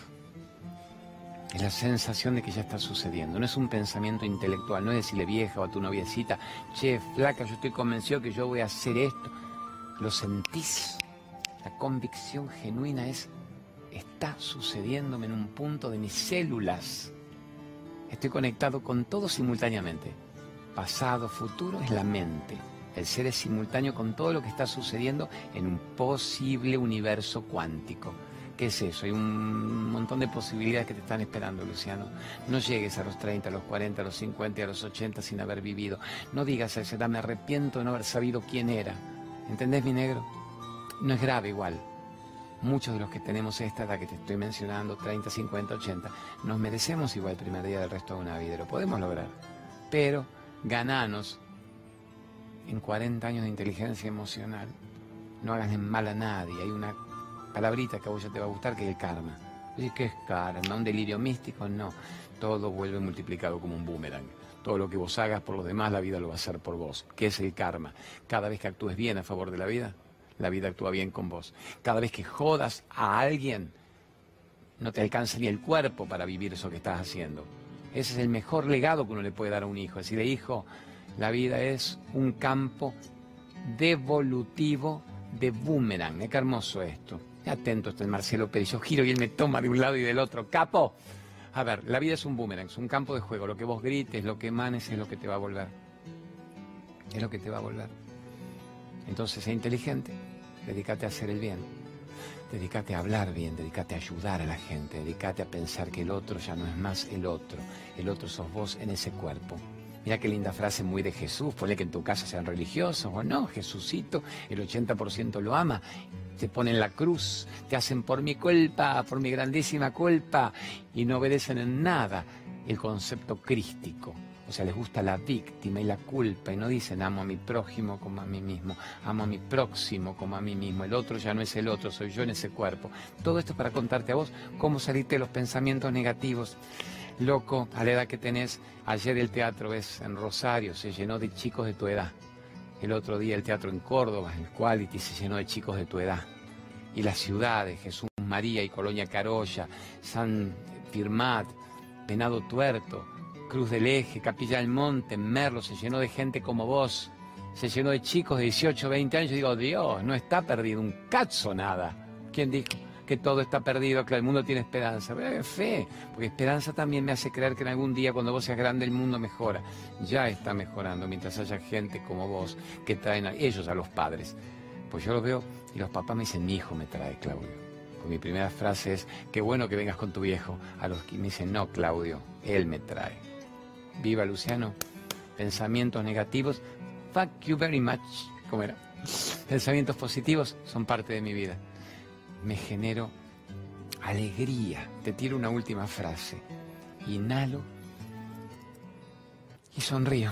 Es la sensación de que ya está sucediendo. No es un pensamiento intelectual, no es decirle vieja o a tu noviecita, che, flaca, yo estoy convencido que yo voy a hacer esto. Lo sentís. La convicción genuina es, está sucediéndome en un punto de mis células. Estoy conectado con todo simultáneamente. Pasado, futuro es la mente. El ser es simultáneo con todo lo que está sucediendo en un posible universo cuántico. ¿Qué es eso? Hay un montón de posibilidades que te están esperando, Luciano. No llegues a los 30, a los 40, a los 50 y a los 80 sin haber vivido. No digas a esa edad, me arrepiento de no haber sabido quién era. ¿Entendés, mi negro? No es grave igual. Muchos de los que tenemos esta edad que te estoy mencionando, 30, 50, 80, nos merecemos igual el primer día del resto de una vida. Lo podemos lograr. Pero gananos en 40 años de inteligencia emocional. No hagas mal a nadie. Hay una palabrita que a vos ya te va a gustar, que es el karma. ¿Y qué es karma? ¿Un delirio místico? No. Todo vuelve multiplicado como un boomerang. Todo lo que vos hagas por los demás, la vida lo va a hacer por vos. ¿Qué es el karma? Cada vez que actúes bien a favor de la vida actúa bien con vos. Cada vez que jodas a alguien, no te alcanza ni el cuerpo para vivir eso que estás haciendo. Ese es el mejor legado que uno le puede dar a un hijo. Decirle, hijo, la vida es un campo devolutivo de boomerang. Qué hermoso esto. Atento está el Marcelo Pérez. Yo giro y él me toma de un lado y del otro. ¡Capo! A ver, la vida es un boomerang, es un campo de juego. Lo que vos grites, lo que emanes es lo que te va a volver. Es lo que te va a volver. Entonces, sé inteligente. Dedícate a hacer el bien. Dedícate a hablar bien, dedícate a ayudar a la gente. Dedícate a pensar que el otro ya no es más el otro. El otro sos vos en ese cuerpo. Mira qué linda frase muy de Jesús. Ponle que en tu casa sean religiosos o no. Jesucito, el 80% lo ama. Te ponen la cruz, te hacen por mi culpa, por mi grandísima culpa, y no obedecen en nada el concepto crístico. O sea, les gusta la víctima y la culpa, y no dicen amo a mi prójimo como a mí mismo, amo a mi próximo como a mí mismo, el otro ya no es el otro, soy yo en ese cuerpo. Todo esto para contarte a vos cómo salirte de los pensamientos negativos. Loco, a la edad que tenés, ayer el teatro en Rosario, se llenó de chicos de tu edad. El otro día el teatro en Córdoba, el Quality, se llenó de chicos de tu edad. Y las ciudades, Jesús María y Colonia Carolla, San Firmat, Venado Tuerto, Cruz del Eje, Capilla del Monte, Merlo, se llenó de gente como vos. Se llenó de chicos de 18, 20 años. Yo digo, Dios, no está perdido un cazzo nada. ¿Quién dijo que todo está perdido, que el mundo tiene esperanza? Pero fe, porque esperanza también me hace creer que en algún día cuando vos seas grande el mundo mejora. Ya está mejorando mientras haya gente como vos que traen a ellos a los padres. Pues yo los veo y los papás me dicen, mi hijo me trae, Claudio. Pues mi primera frase es, qué bueno que vengas con tu viejo. A los que me dicen, no, Claudio, él me trae. Viva Luciano. Pensamientos negativos, fuck you very much. ¿Cómo era? Pensamientos positivos son parte de mi vida. Me genero alegría. Te tiro una última frase. Inhalo y sonrío.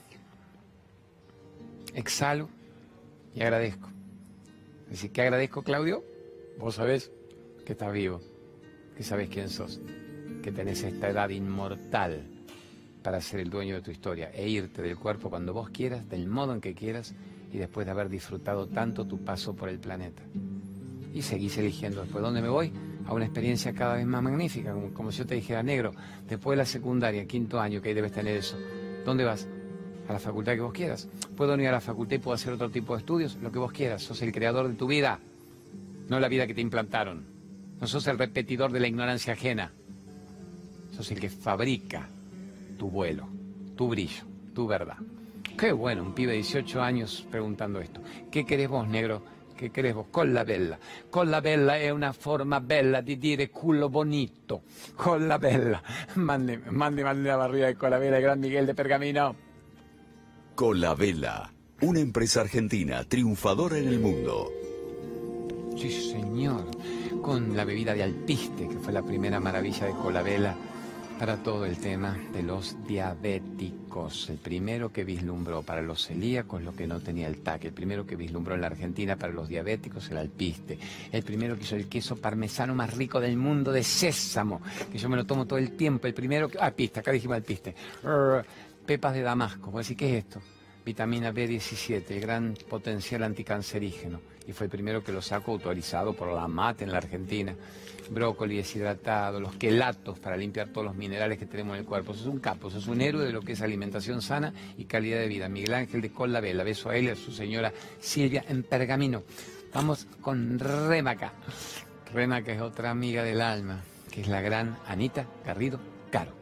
Exhalo y agradezco. Es decir, ¿qué agradezco, Claudio? Vos sabés que estás vivo, que sabés quién sos, que tenés esta edad inmortal para ser el dueño de tu historia e irte del cuerpo cuando vos quieras, del modo en que quieras, y después de haber disfrutado tanto tu paso por el planeta. Y seguís eligiendo después. ¿Dónde me voy? A una experiencia cada vez más magnífica, como si yo te dijera, negro, después de la secundaria, 5º año, que ahí debes tener eso, ¿dónde vas? A la facultad que vos quieras. Puedo ir a la facultad y puedo hacer otro tipo de estudios, lo que vos quieras. Sos el creador de tu vida, no la vida que te implantaron. No sos el repetidor de la ignorancia ajena. Sos el que fabrica tu vuelo, tu brillo, tu verdad. Qué bueno, un pibe de 18 años preguntando esto. ¿Qué querés vos, negro? ¿Qué querés vos? Colla bella. Colla bella è una forma bella di dire culo bonito. Colla bella. Mande la barriga de Colla Bella, el gran Miguel de Pergamino. Colla Bella, una empresa argentina triunfadora en el mundo. Sí, señor. Con la bebida de alpiste, que fue la primera maravilla de Colla Bella, para todo el tema de los diabéticos. El primero que vislumbró para los celíacos lo que no tenía el TAC. El primero que vislumbró en la Argentina para los diabéticos el alpiste. El primero que hizo el queso parmesano más rico del mundo de sésamo, que yo me lo tomo todo el tiempo. El primero que... piste, acá dijimos alpiste. Pepas de Damasco. ¿Vos decís qué es esto? Vitamina B17, el gran potencial anticancerígeno. Y fue el primero que lo sacó autorizado por la AMAT en la Argentina. Brócoli deshidratado, los quelatos para limpiar todos los minerales que tenemos en el cuerpo. Sos un capo, sos un héroe de lo que es alimentación sana y calidad de vida. Miguel Ángel de Collavela, beso a él y a su señora Silvia en Pergamino. Vamos con Remaca. Remaca es otra amiga del alma, que es la gran Anita Garrido Caro.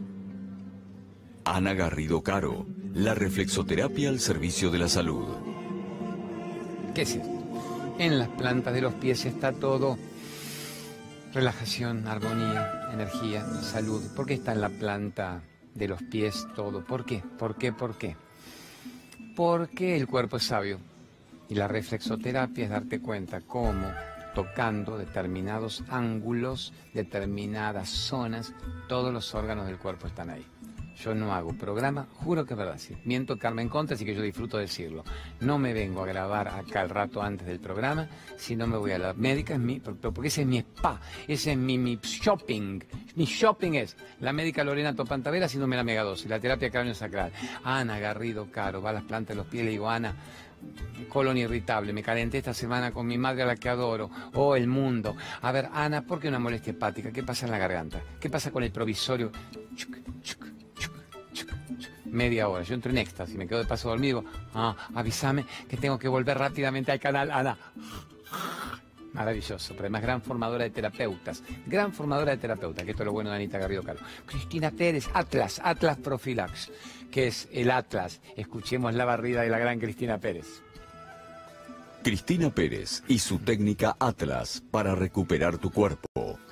Ana Garrido Caro, la reflexoterapia al servicio de la salud. ¿Qué es esto? En las plantas de los pies está todo. Relajación, armonía, energía, salud. ¿Por qué está en la planta de los pies todo? ¿Por qué? ¿Por qué? ¿Por qué? Porque el cuerpo es sabio. Y la reflexoterapia es darte cuenta cómo, tocando determinados ángulos, determinadas zonas, todos los órganos del cuerpo están ahí. Yo no hago programa, juro que es verdad. Sí. Miento Carmen Contra, así que yo disfruto decirlo. No me vengo a grabar acá el rato antes del programa, sino me voy a la médica, porque ese es mi spa, ese es mi shopping. Mi shopping es la médica Lorena Topantavera haciéndome la megadosis, la terapia cráneo-sacral. Ana Garrido Caro, va a las plantas de los pies, le digo, Ana, colon irritable, me calenté esta semana con mi madre a la que adoro, el mundo. A ver, Ana, ¿por qué una molestia hepática? ¿Qué pasa en la garganta? ¿Qué pasa con el provisorio? Media hora, yo entro en éxtasis, me quedo de paso dormido. Avísame que tengo que volver rápidamente al canal, Ana. Maravilloso, pero además gran formadora de terapeutas. Gran formadora de terapeutas, que esto es lo bueno de Anita Garrido Caro. Cristina Pérez, Atlas Profilax, que es el Atlas. Escuchemos la barrida de la gran Cristina Pérez. Cristina Pérez y su técnica Atlas para recuperar tu cuerpo.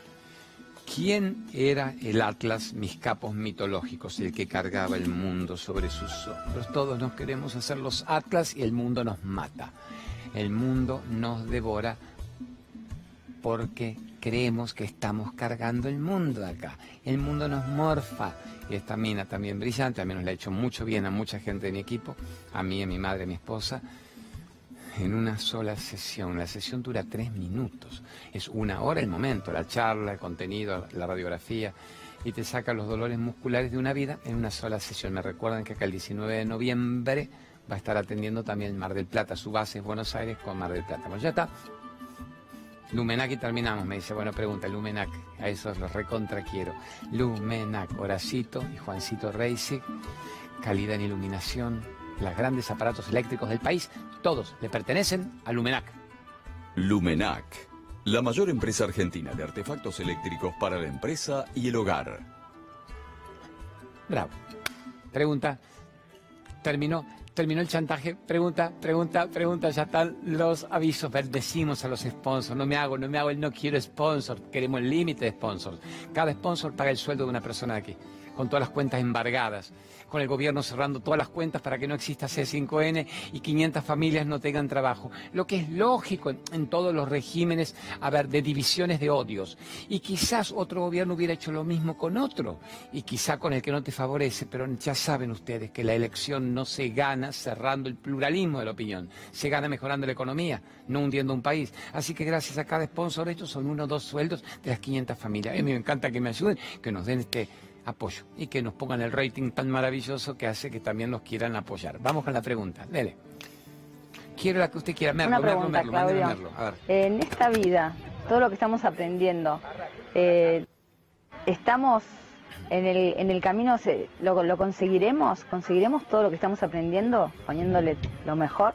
¿Quién era el Atlas, mis capos mitológicos, el que cargaba el mundo sobre sus hombros? Todos nos queremos hacer los Atlas y el mundo nos mata. El mundo nos devora porque creemos que estamos cargando el mundo de acá. El mundo nos morfa. Y esta mina también brillante, al menos le ha hecho mucho bien a mucha gente de mi equipo, a mí, a mi madre, a mi esposa, en una sola sesión. La sesión dura 3 minutos. Es 1 hora el momento, la charla, el contenido, la radiografía, y te saca los dolores musculares de una vida en una sola sesión. Me recuerdan que acá el 19 de noviembre va a estar atendiendo también Mar del Plata. Su base es Buenos Aires con Mar del Plata. Bueno, ya está. Lumenac y terminamos, me dice. Bueno, pregunta, Lumenac, a esos los recontra quiero. Lumenac, Horacito y Juancito Reisig, calidad en iluminación. Los grandes aparatos eléctricos del país, todos le pertenecen a Lumenac. Lumenac, la mayor empresa argentina de artefactos eléctricos para la empresa y el hogar. Bravo. Pregunta. Terminó el chantaje. Pregunta. Ya están los avisos. Bendecimos a los sponsors. No me hago el no quiero sponsor. Queremos el límite de sponsors. Cada sponsor paga el sueldo de una persona de aquí, con todas las cuentas embargadas, con el gobierno cerrando todas las cuentas para que no exista C5N y 500 familias no tengan trabajo. Lo que es lógico en todos los regímenes, de divisiones de odios. Y quizás otro gobierno hubiera hecho lo mismo con otro, y quizá con el que no te favorece, pero ya saben ustedes que la elección no se gana cerrando el pluralismo de la opinión, se gana mejorando la economía, no hundiendo un país. Así que gracias a cada sponsor, estos son 1 o 2 sueldos de las 500 familias. A mí me encanta que me ayuden, que nos den este apoyo y que nos pongan el rating tan maravilloso que hace que también nos quieran apoyar. Vamos con la pregunta, dele. Quiero la que usted quiera. Una pregunta, Claudio. A ver. En esta vida, todo lo que estamos aprendiendo, ¿estamos en el camino, lo conseguiremos? ¿Conseguiremos todo lo que estamos aprendiendo poniéndole lo mejor?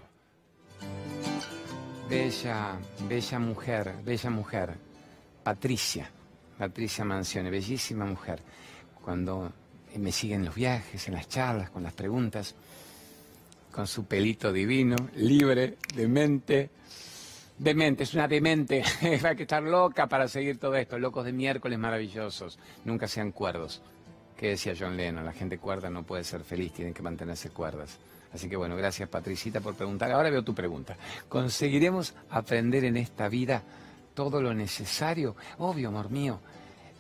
Bella mujer, Patricia Mansione, bellísima mujer. Cuando me siguen los viajes, en las charlas, con las preguntas, con su pelito divino, libre, demente, es una demente, hay que estar loca para seguir todo esto, locos de miércoles maravillosos, nunca sean cuerdos. ¿Qué decía John Lennon? La gente cuerda no puede ser feliz, tienen que mantenerse cuerdas. Así que bueno, gracias Patricita por preguntar. Ahora veo tu pregunta. ¿Conseguiremos aprender en esta vida todo lo necesario? Obvio, amor mío.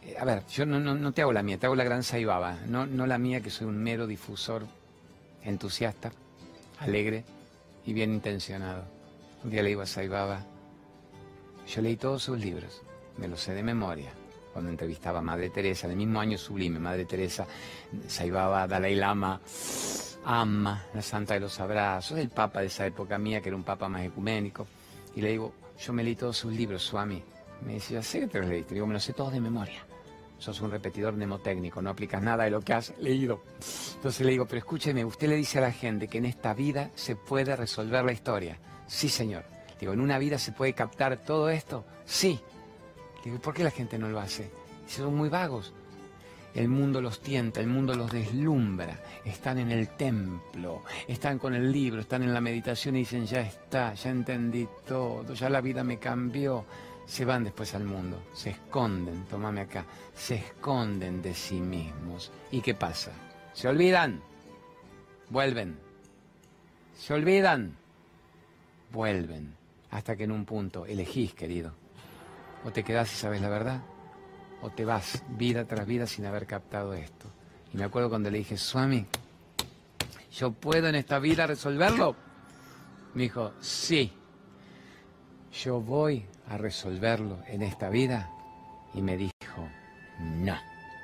A ver, yo no te hago la mía, te hago la gran Saibaba, no la mía que soy un mero difusor entusiasta, alegre y bien intencionado. Un día le digo a Saibaba, yo leí todos sus libros, me los sé de memoria. Cuando entrevistaba a Madre Teresa, en el mismo año sublime, Madre Teresa, Saibaba, Dalai Lama, Amma, la Santa de los Abrazos, el Papa de esa época mía, que era un Papa más ecuménico. Y le digo, yo me leí todos sus libros, Swami. Me dice, ya sé que te los leíste. Le digo, me los sé todos de memoria. Sos un repetidor mnemotécnico, no aplicas nada de lo que has leído. Entonces le digo, pero escúcheme, usted le dice a la gente que en esta vida se puede resolver la historia. Sí, señor. Digo, ¿en una vida se puede captar todo esto? Sí. Digo, ¿por qué la gente no lo hace? Son muy vagos. El mundo los tienta, el mundo los deslumbra. Están en el templo, están con el libro, están en la meditación y dicen, ya está, ya entendí todo, ya la vida me cambió. Se van después al mundo, se esconden, tómame acá, se esconden de sí mismos. ¿Y qué pasa? Se olvidan, vuelven. Se olvidan, vuelven. Hasta que en un punto elegís, querido. O te quedás y sabes la verdad, o te vas vida tras vida sin haber captado esto. Y me acuerdo cuando le dije, Swami, ¿yo puedo en esta vida resolverlo? Me dijo, sí, yo voy a resolverlo en esta vida. Y me dijo, no.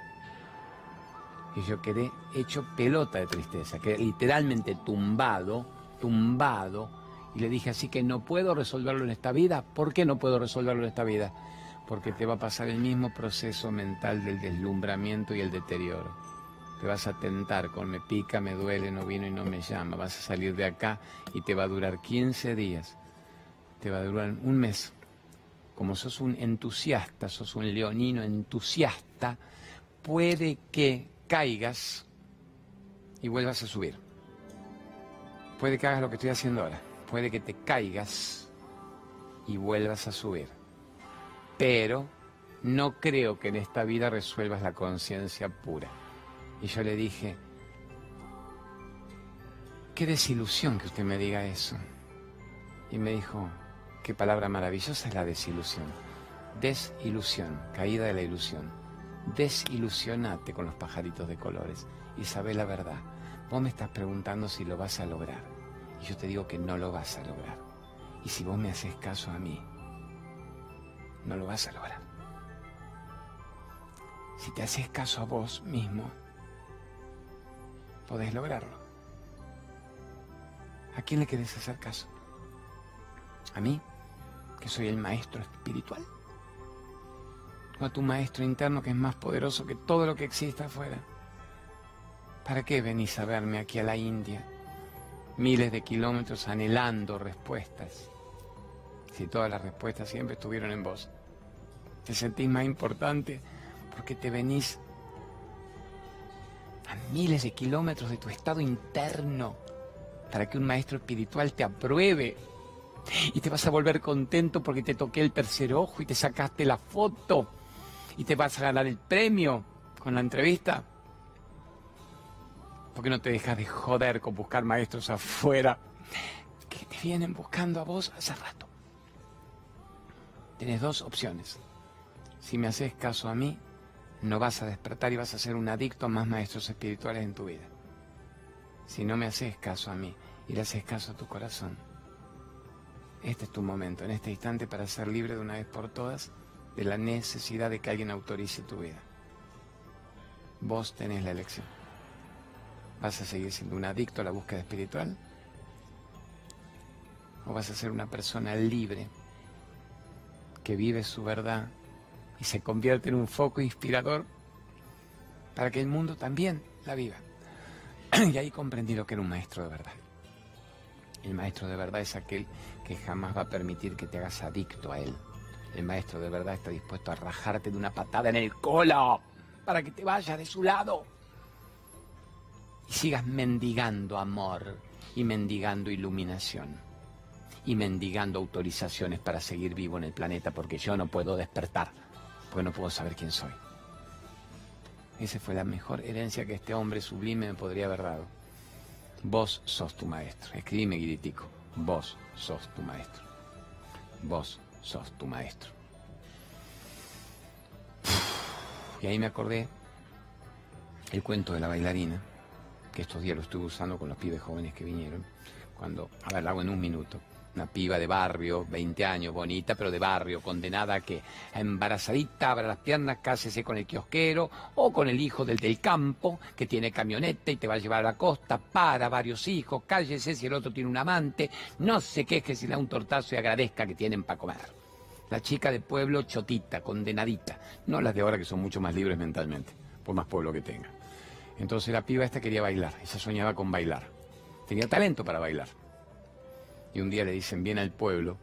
Y yo quedé hecho pelota de tristeza, quedé literalmente tumbado, y le dije, así que no puedo resolverlo en esta vida. ¿Por qué no puedo resolverlo en esta vida? Porque te va a pasar el mismo proceso mental del deslumbramiento y el deterioro. Te vas a tentar con me pica, me duele, no vino y no me llama. Vas a salir de acá y te va a durar 15 días. Te va a durar un mes. Como sos un entusiasta, sos un leonino entusiasta, puede que caigas y vuelvas a subir. Puede que hagas lo que estoy haciendo ahora. Puede que te caigas y vuelvas a subir. Pero no creo que en esta vida resuelvas la conciencia pura. Y yo le dije, qué desilusión que usted me diga eso. Y me dijo, qué palabra maravillosa es la desilusión. Desilusión, caída de la ilusión. Desilusionate con los pajaritos de colores y sabé la verdad. Vos me estás preguntando si lo vas a lograr. Y yo te digo que no lo vas a lograr. Y si vos me haces caso a mí, no lo vas a lograr. Si te haces caso a vos mismo, podés lograrlo. ¿A quién le querés hacer caso? ¿A mí, que soy el maestro espiritual? ¿O a tu maestro interno, que es más poderoso que todo lo que existe afuera? ¿Para qué venís a verme aquí a la India? Miles de kilómetros anhelando respuestas. Si todas las respuestas siempre estuvieron en vos. Te sentís más importante porque te venís a miles de kilómetros de tu estado interno para que un maestro espiritual te apruebe. Y te vas a volver contento porque te toqué el tercer ojo y te sacaste la foto y te vas a ganar el premio con la entrevista. ¿Por qué no te dejas de joder con buscar maestros afuera que te vienen buscando a vos hace rato? Tienes dos opciones. Si me haces caso a mí, no vas a despertar y vas a ser un adicto a más maestros espirituales en tu vida. Si no me haces caso a mí y le haces caso a tu corazón, este es tu momento, en este instante, para ser libre de una vez por todas de la necesidad de que alguien autorice tu vida. Vos tenés la elección. ¿Vas a seguir siendo un adicto a la búsqueda espiritual? ¿O vas a ser una persona libre que vive su verdad y se convierte en un foco inspirador para que el mundo también la viva? Y ahí comprendí lo que era un maestro de verdad. El maestro de verdad es aquel que jamás va a permitir que te hagas adicto a él. El maestro de verdad está dispuesto a rajarte de una patada en el culo para que te vayas de su lado y sigas mendigando amor y mendigando iluminación y mendigando autorizaciones para seguir vivo en el planeta, porque yo no puedo despertar, porque no puedo saber quién soy. Esa fue la mejor herencia que este hombre sublime me podría haber dado. Vos sos tu maestro. Escribime, Guiritico. Vos sos tu maestro. Vos sos tu maestro. Y ahí me acordé el cuento de la bailarina, que estos días lo estuve usando con los pibes jóvenes que vinieron, cuando, a ver, lo hago en un minuto. Una piba de barrio, 20 años, bonita, pero de barrio, condenada a que, a embarazadita, abra las piernas, cásese con el kiosquero o con el hijo del campo, que tiene camioneta y te va a llevar a la costa, para varios hijos, cállese si el otro tiene un amante, no se queje si le da un tortazo y agradezca que tienen para comer. La chica de pueblo chotita, condenadita, no las de ahora que son mucho más libres mentalmente, por más pueblo que tenga. Entonces la piba esta quería bailar, ella soñaba con bailar, tenía talento para bailar. Y un día le dicen, viene al pueblo,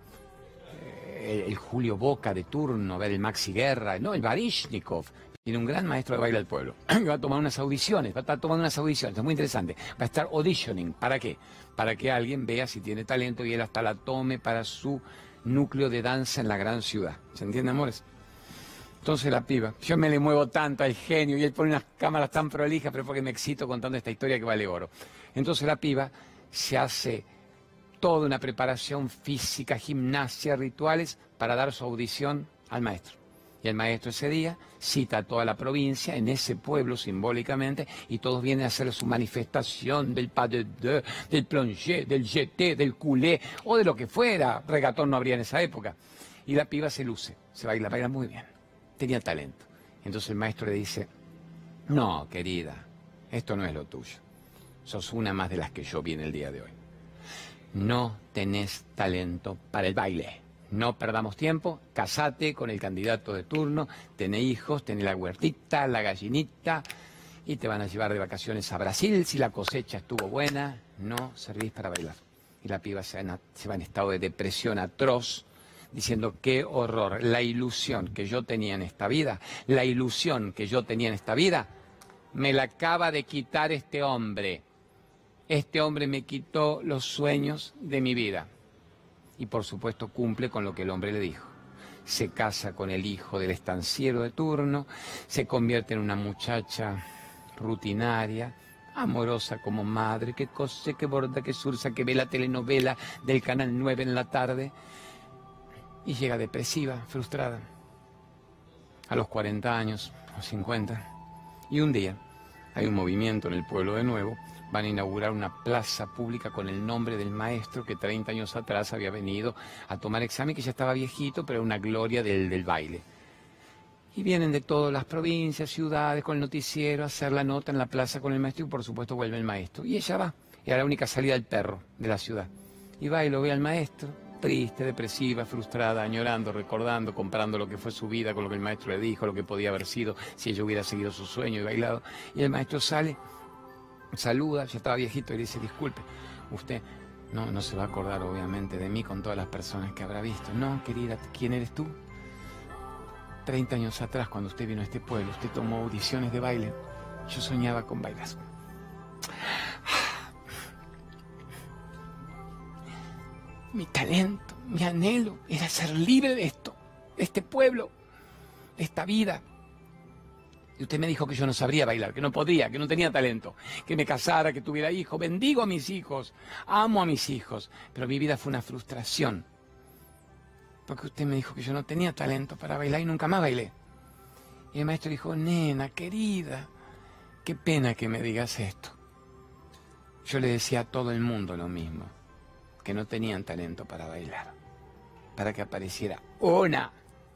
el Julio Boca de turno, a ver el Maxi Guerra, no, el Baryshnikov, tiene un gran maestro de baile al pueblo. Va a tomar unas audiciones, va a estar tomando unas audiciones, es muy interesante. Va a estar auditioning, ¿para qué? Para que alguien vea si tiene talento y él hasta la tome para su núcleo de danza en la gran ciudad. ¿Se entiende, amores? Entonces la piba, yo me le muevo tanto al genio y él pone unas cámaras tan prolijas, pero porque me excito contando esta historia que vale oro. Entonces la piba se hace toda una preparación física, gimnasia, rituales, para dar su audición al maestro. Y el maestro ese día cita a toda la provincia, en ese pueblo simbólicamente, y todos vienen a hacer su manifestación del pas de deux, del plongé, del jeté, del culé, o de lo que fuera. Regatón no habría en esa época. Y la piba se luce, se baila muy bien. Tenía talento. Entonces el maestro le dice, no, querida, esto no es lo tuyo. Sos una más de las que yo vi en el día de hoy. No tenés talento para el baile. No perdamos tiempo, casate con el candidato de turno, tené hijos, tené la huertita, la gallinita, y te van a llevar de vacaciones a Brasil si la cosecha estuvo buena. No servís para bailar. Y la piba se va en estado de depresión atroz, diciendo, qué horror, la ilusión que yo tenía en esta vida, la ilusión que yo tenía en esta vida, me la acaba de quitar este hombre. Este hombre me quitó los sueños de mi vida. Y por supuesto cumple con lo que el hombre le dijo. Se casa con el hijo del estanciero de turno, se convierte en una muchacha rutinaria, amorosa como madre, que cose, que borda, que surza, que ve la telenovela del Canal 9 en la tarde. Y llega depresiva, frustrada, a los 40 años, o 50. Y un día hay un movimiento en el pueblo de nuevo. Van a inaugurar una plaza pública con el nombre del maestro que 30 años atrás había venido a tomar examen, que ya estaba viejito, pero era una gloria del baile. Y vienen de todas las provincias, ciudades, con el noticiero, a hacer la nota en la plaza con el maestro, y por supuesto vuelve el maestro. Y ella va, era la única salida del perro de la ciudad. Y va y lo ve al maestro, triste, depresiva, frustrada, añorando, recordando, comparando lo que fue su vida con lo que el maestro le dijo, lo que podía haber sido si ella hubiera seguido su sueño y bailado. Y el maestro sale, saluda, ya estaba viejito, y le dice, disculpe, usted no se va a acordar obviamente de mí con todas las personas que habrá visto. No, querida, ¿quién eres tú? 30 años atrás, cuando usted vino a este pueblo, usted tomó audiciones de baile. Yo soñaba con bailar. Mi talento, mi anhelo era ser libre de esto, de este pueblo, de esta vida. Y usted me dijo que yo no sabría bailar, que no podía, que no tenía talento, que me casara, que tuviera hijos. Bendigo a mis hijos, amo a mis hijos, pero mi vida fue una frustración. Porque usted me dijo que yo no tenía talento para bailar y nunca más bailé. Y el maestro dijo, nena, querida, qué pena que me digas esto. Yo le decía a todo el mundo lo mismo, que no tenían talento para bailar, para que apareciera una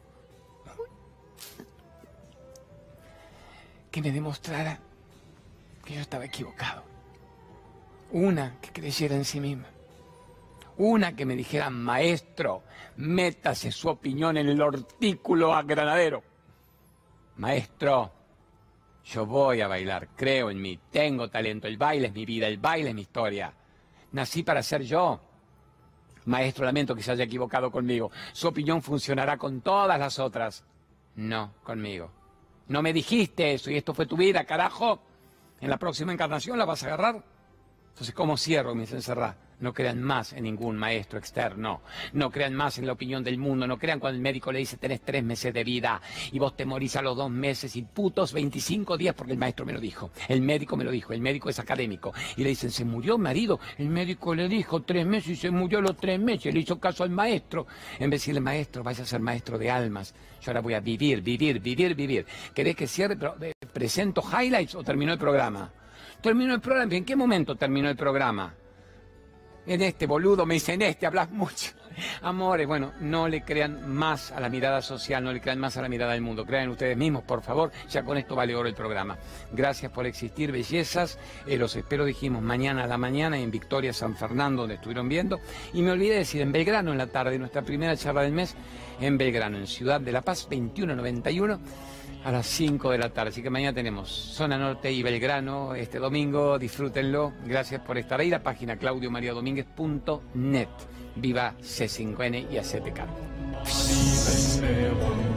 que me demostrara que yo estaba equivocado. Una que creyera en sí misma. Una que me dijera, maestro, métase su opinión en el hortículo a granadero. Maestro, yo voy a bailar, creo en mí, tengo talento, el baile es mi vida, el baile es mi historia. Nací para ser yo. Maestro, lamento que se haya equivocado conmigo. Su opinión funcionará con todas las otras. No, conmigo. No me dijiste eso y esto fue tu vida, carajo. En la próxima encarnación la vas a agarrar. Entonces, ¿cómo cierro? Me dicen, cerrá. No crean más en ningún maestro externo, no crean más en la opinión del mundo, no crean cuando el médico le dice tenés 3 meses de vida y vos te morís a los 2 meses y putos 25 días porque el maestro me lo dijo, el médico me lo dijo, el médico es académico. Y le dicen, ¿se murió marido? El médico le dijo 3 meses y se murió a los 3 meses, le hizo caso al maestro. En vez de decirle, maestro, vaya a ser maestro de almas, yo ahora voy a vivir. ¿Querés que cierre, presento highlights o terminó el programa? Terminó el programa. ¿En qué momento terminó el programa? En este, boludo, me dice, en este, hablas mucho. Amores, bueno, no le crean más a la mirada social, no le crean más a la mirada del mundo. Crean ustedes mismos, por favor, ya con esto vale oro el programa. Gracias por existir, bellezas. Los espero, dijimos, mañana a la mañana en Victoria, San Fernando, donde estuvieron viendo. Y me olvidé de decir, en Belgrano, en la tarde, nuestra primera charla del mes, en Belgrano, en Ciudad de La Paz, 2191. A las 5 de la tarde, así que mañana tenemos Zona Norte y Belgrano este domingo, disfrútenlo, gracias por estar ahí, la página claudiomariadomínguez.net, viva C5N y hacete cargo.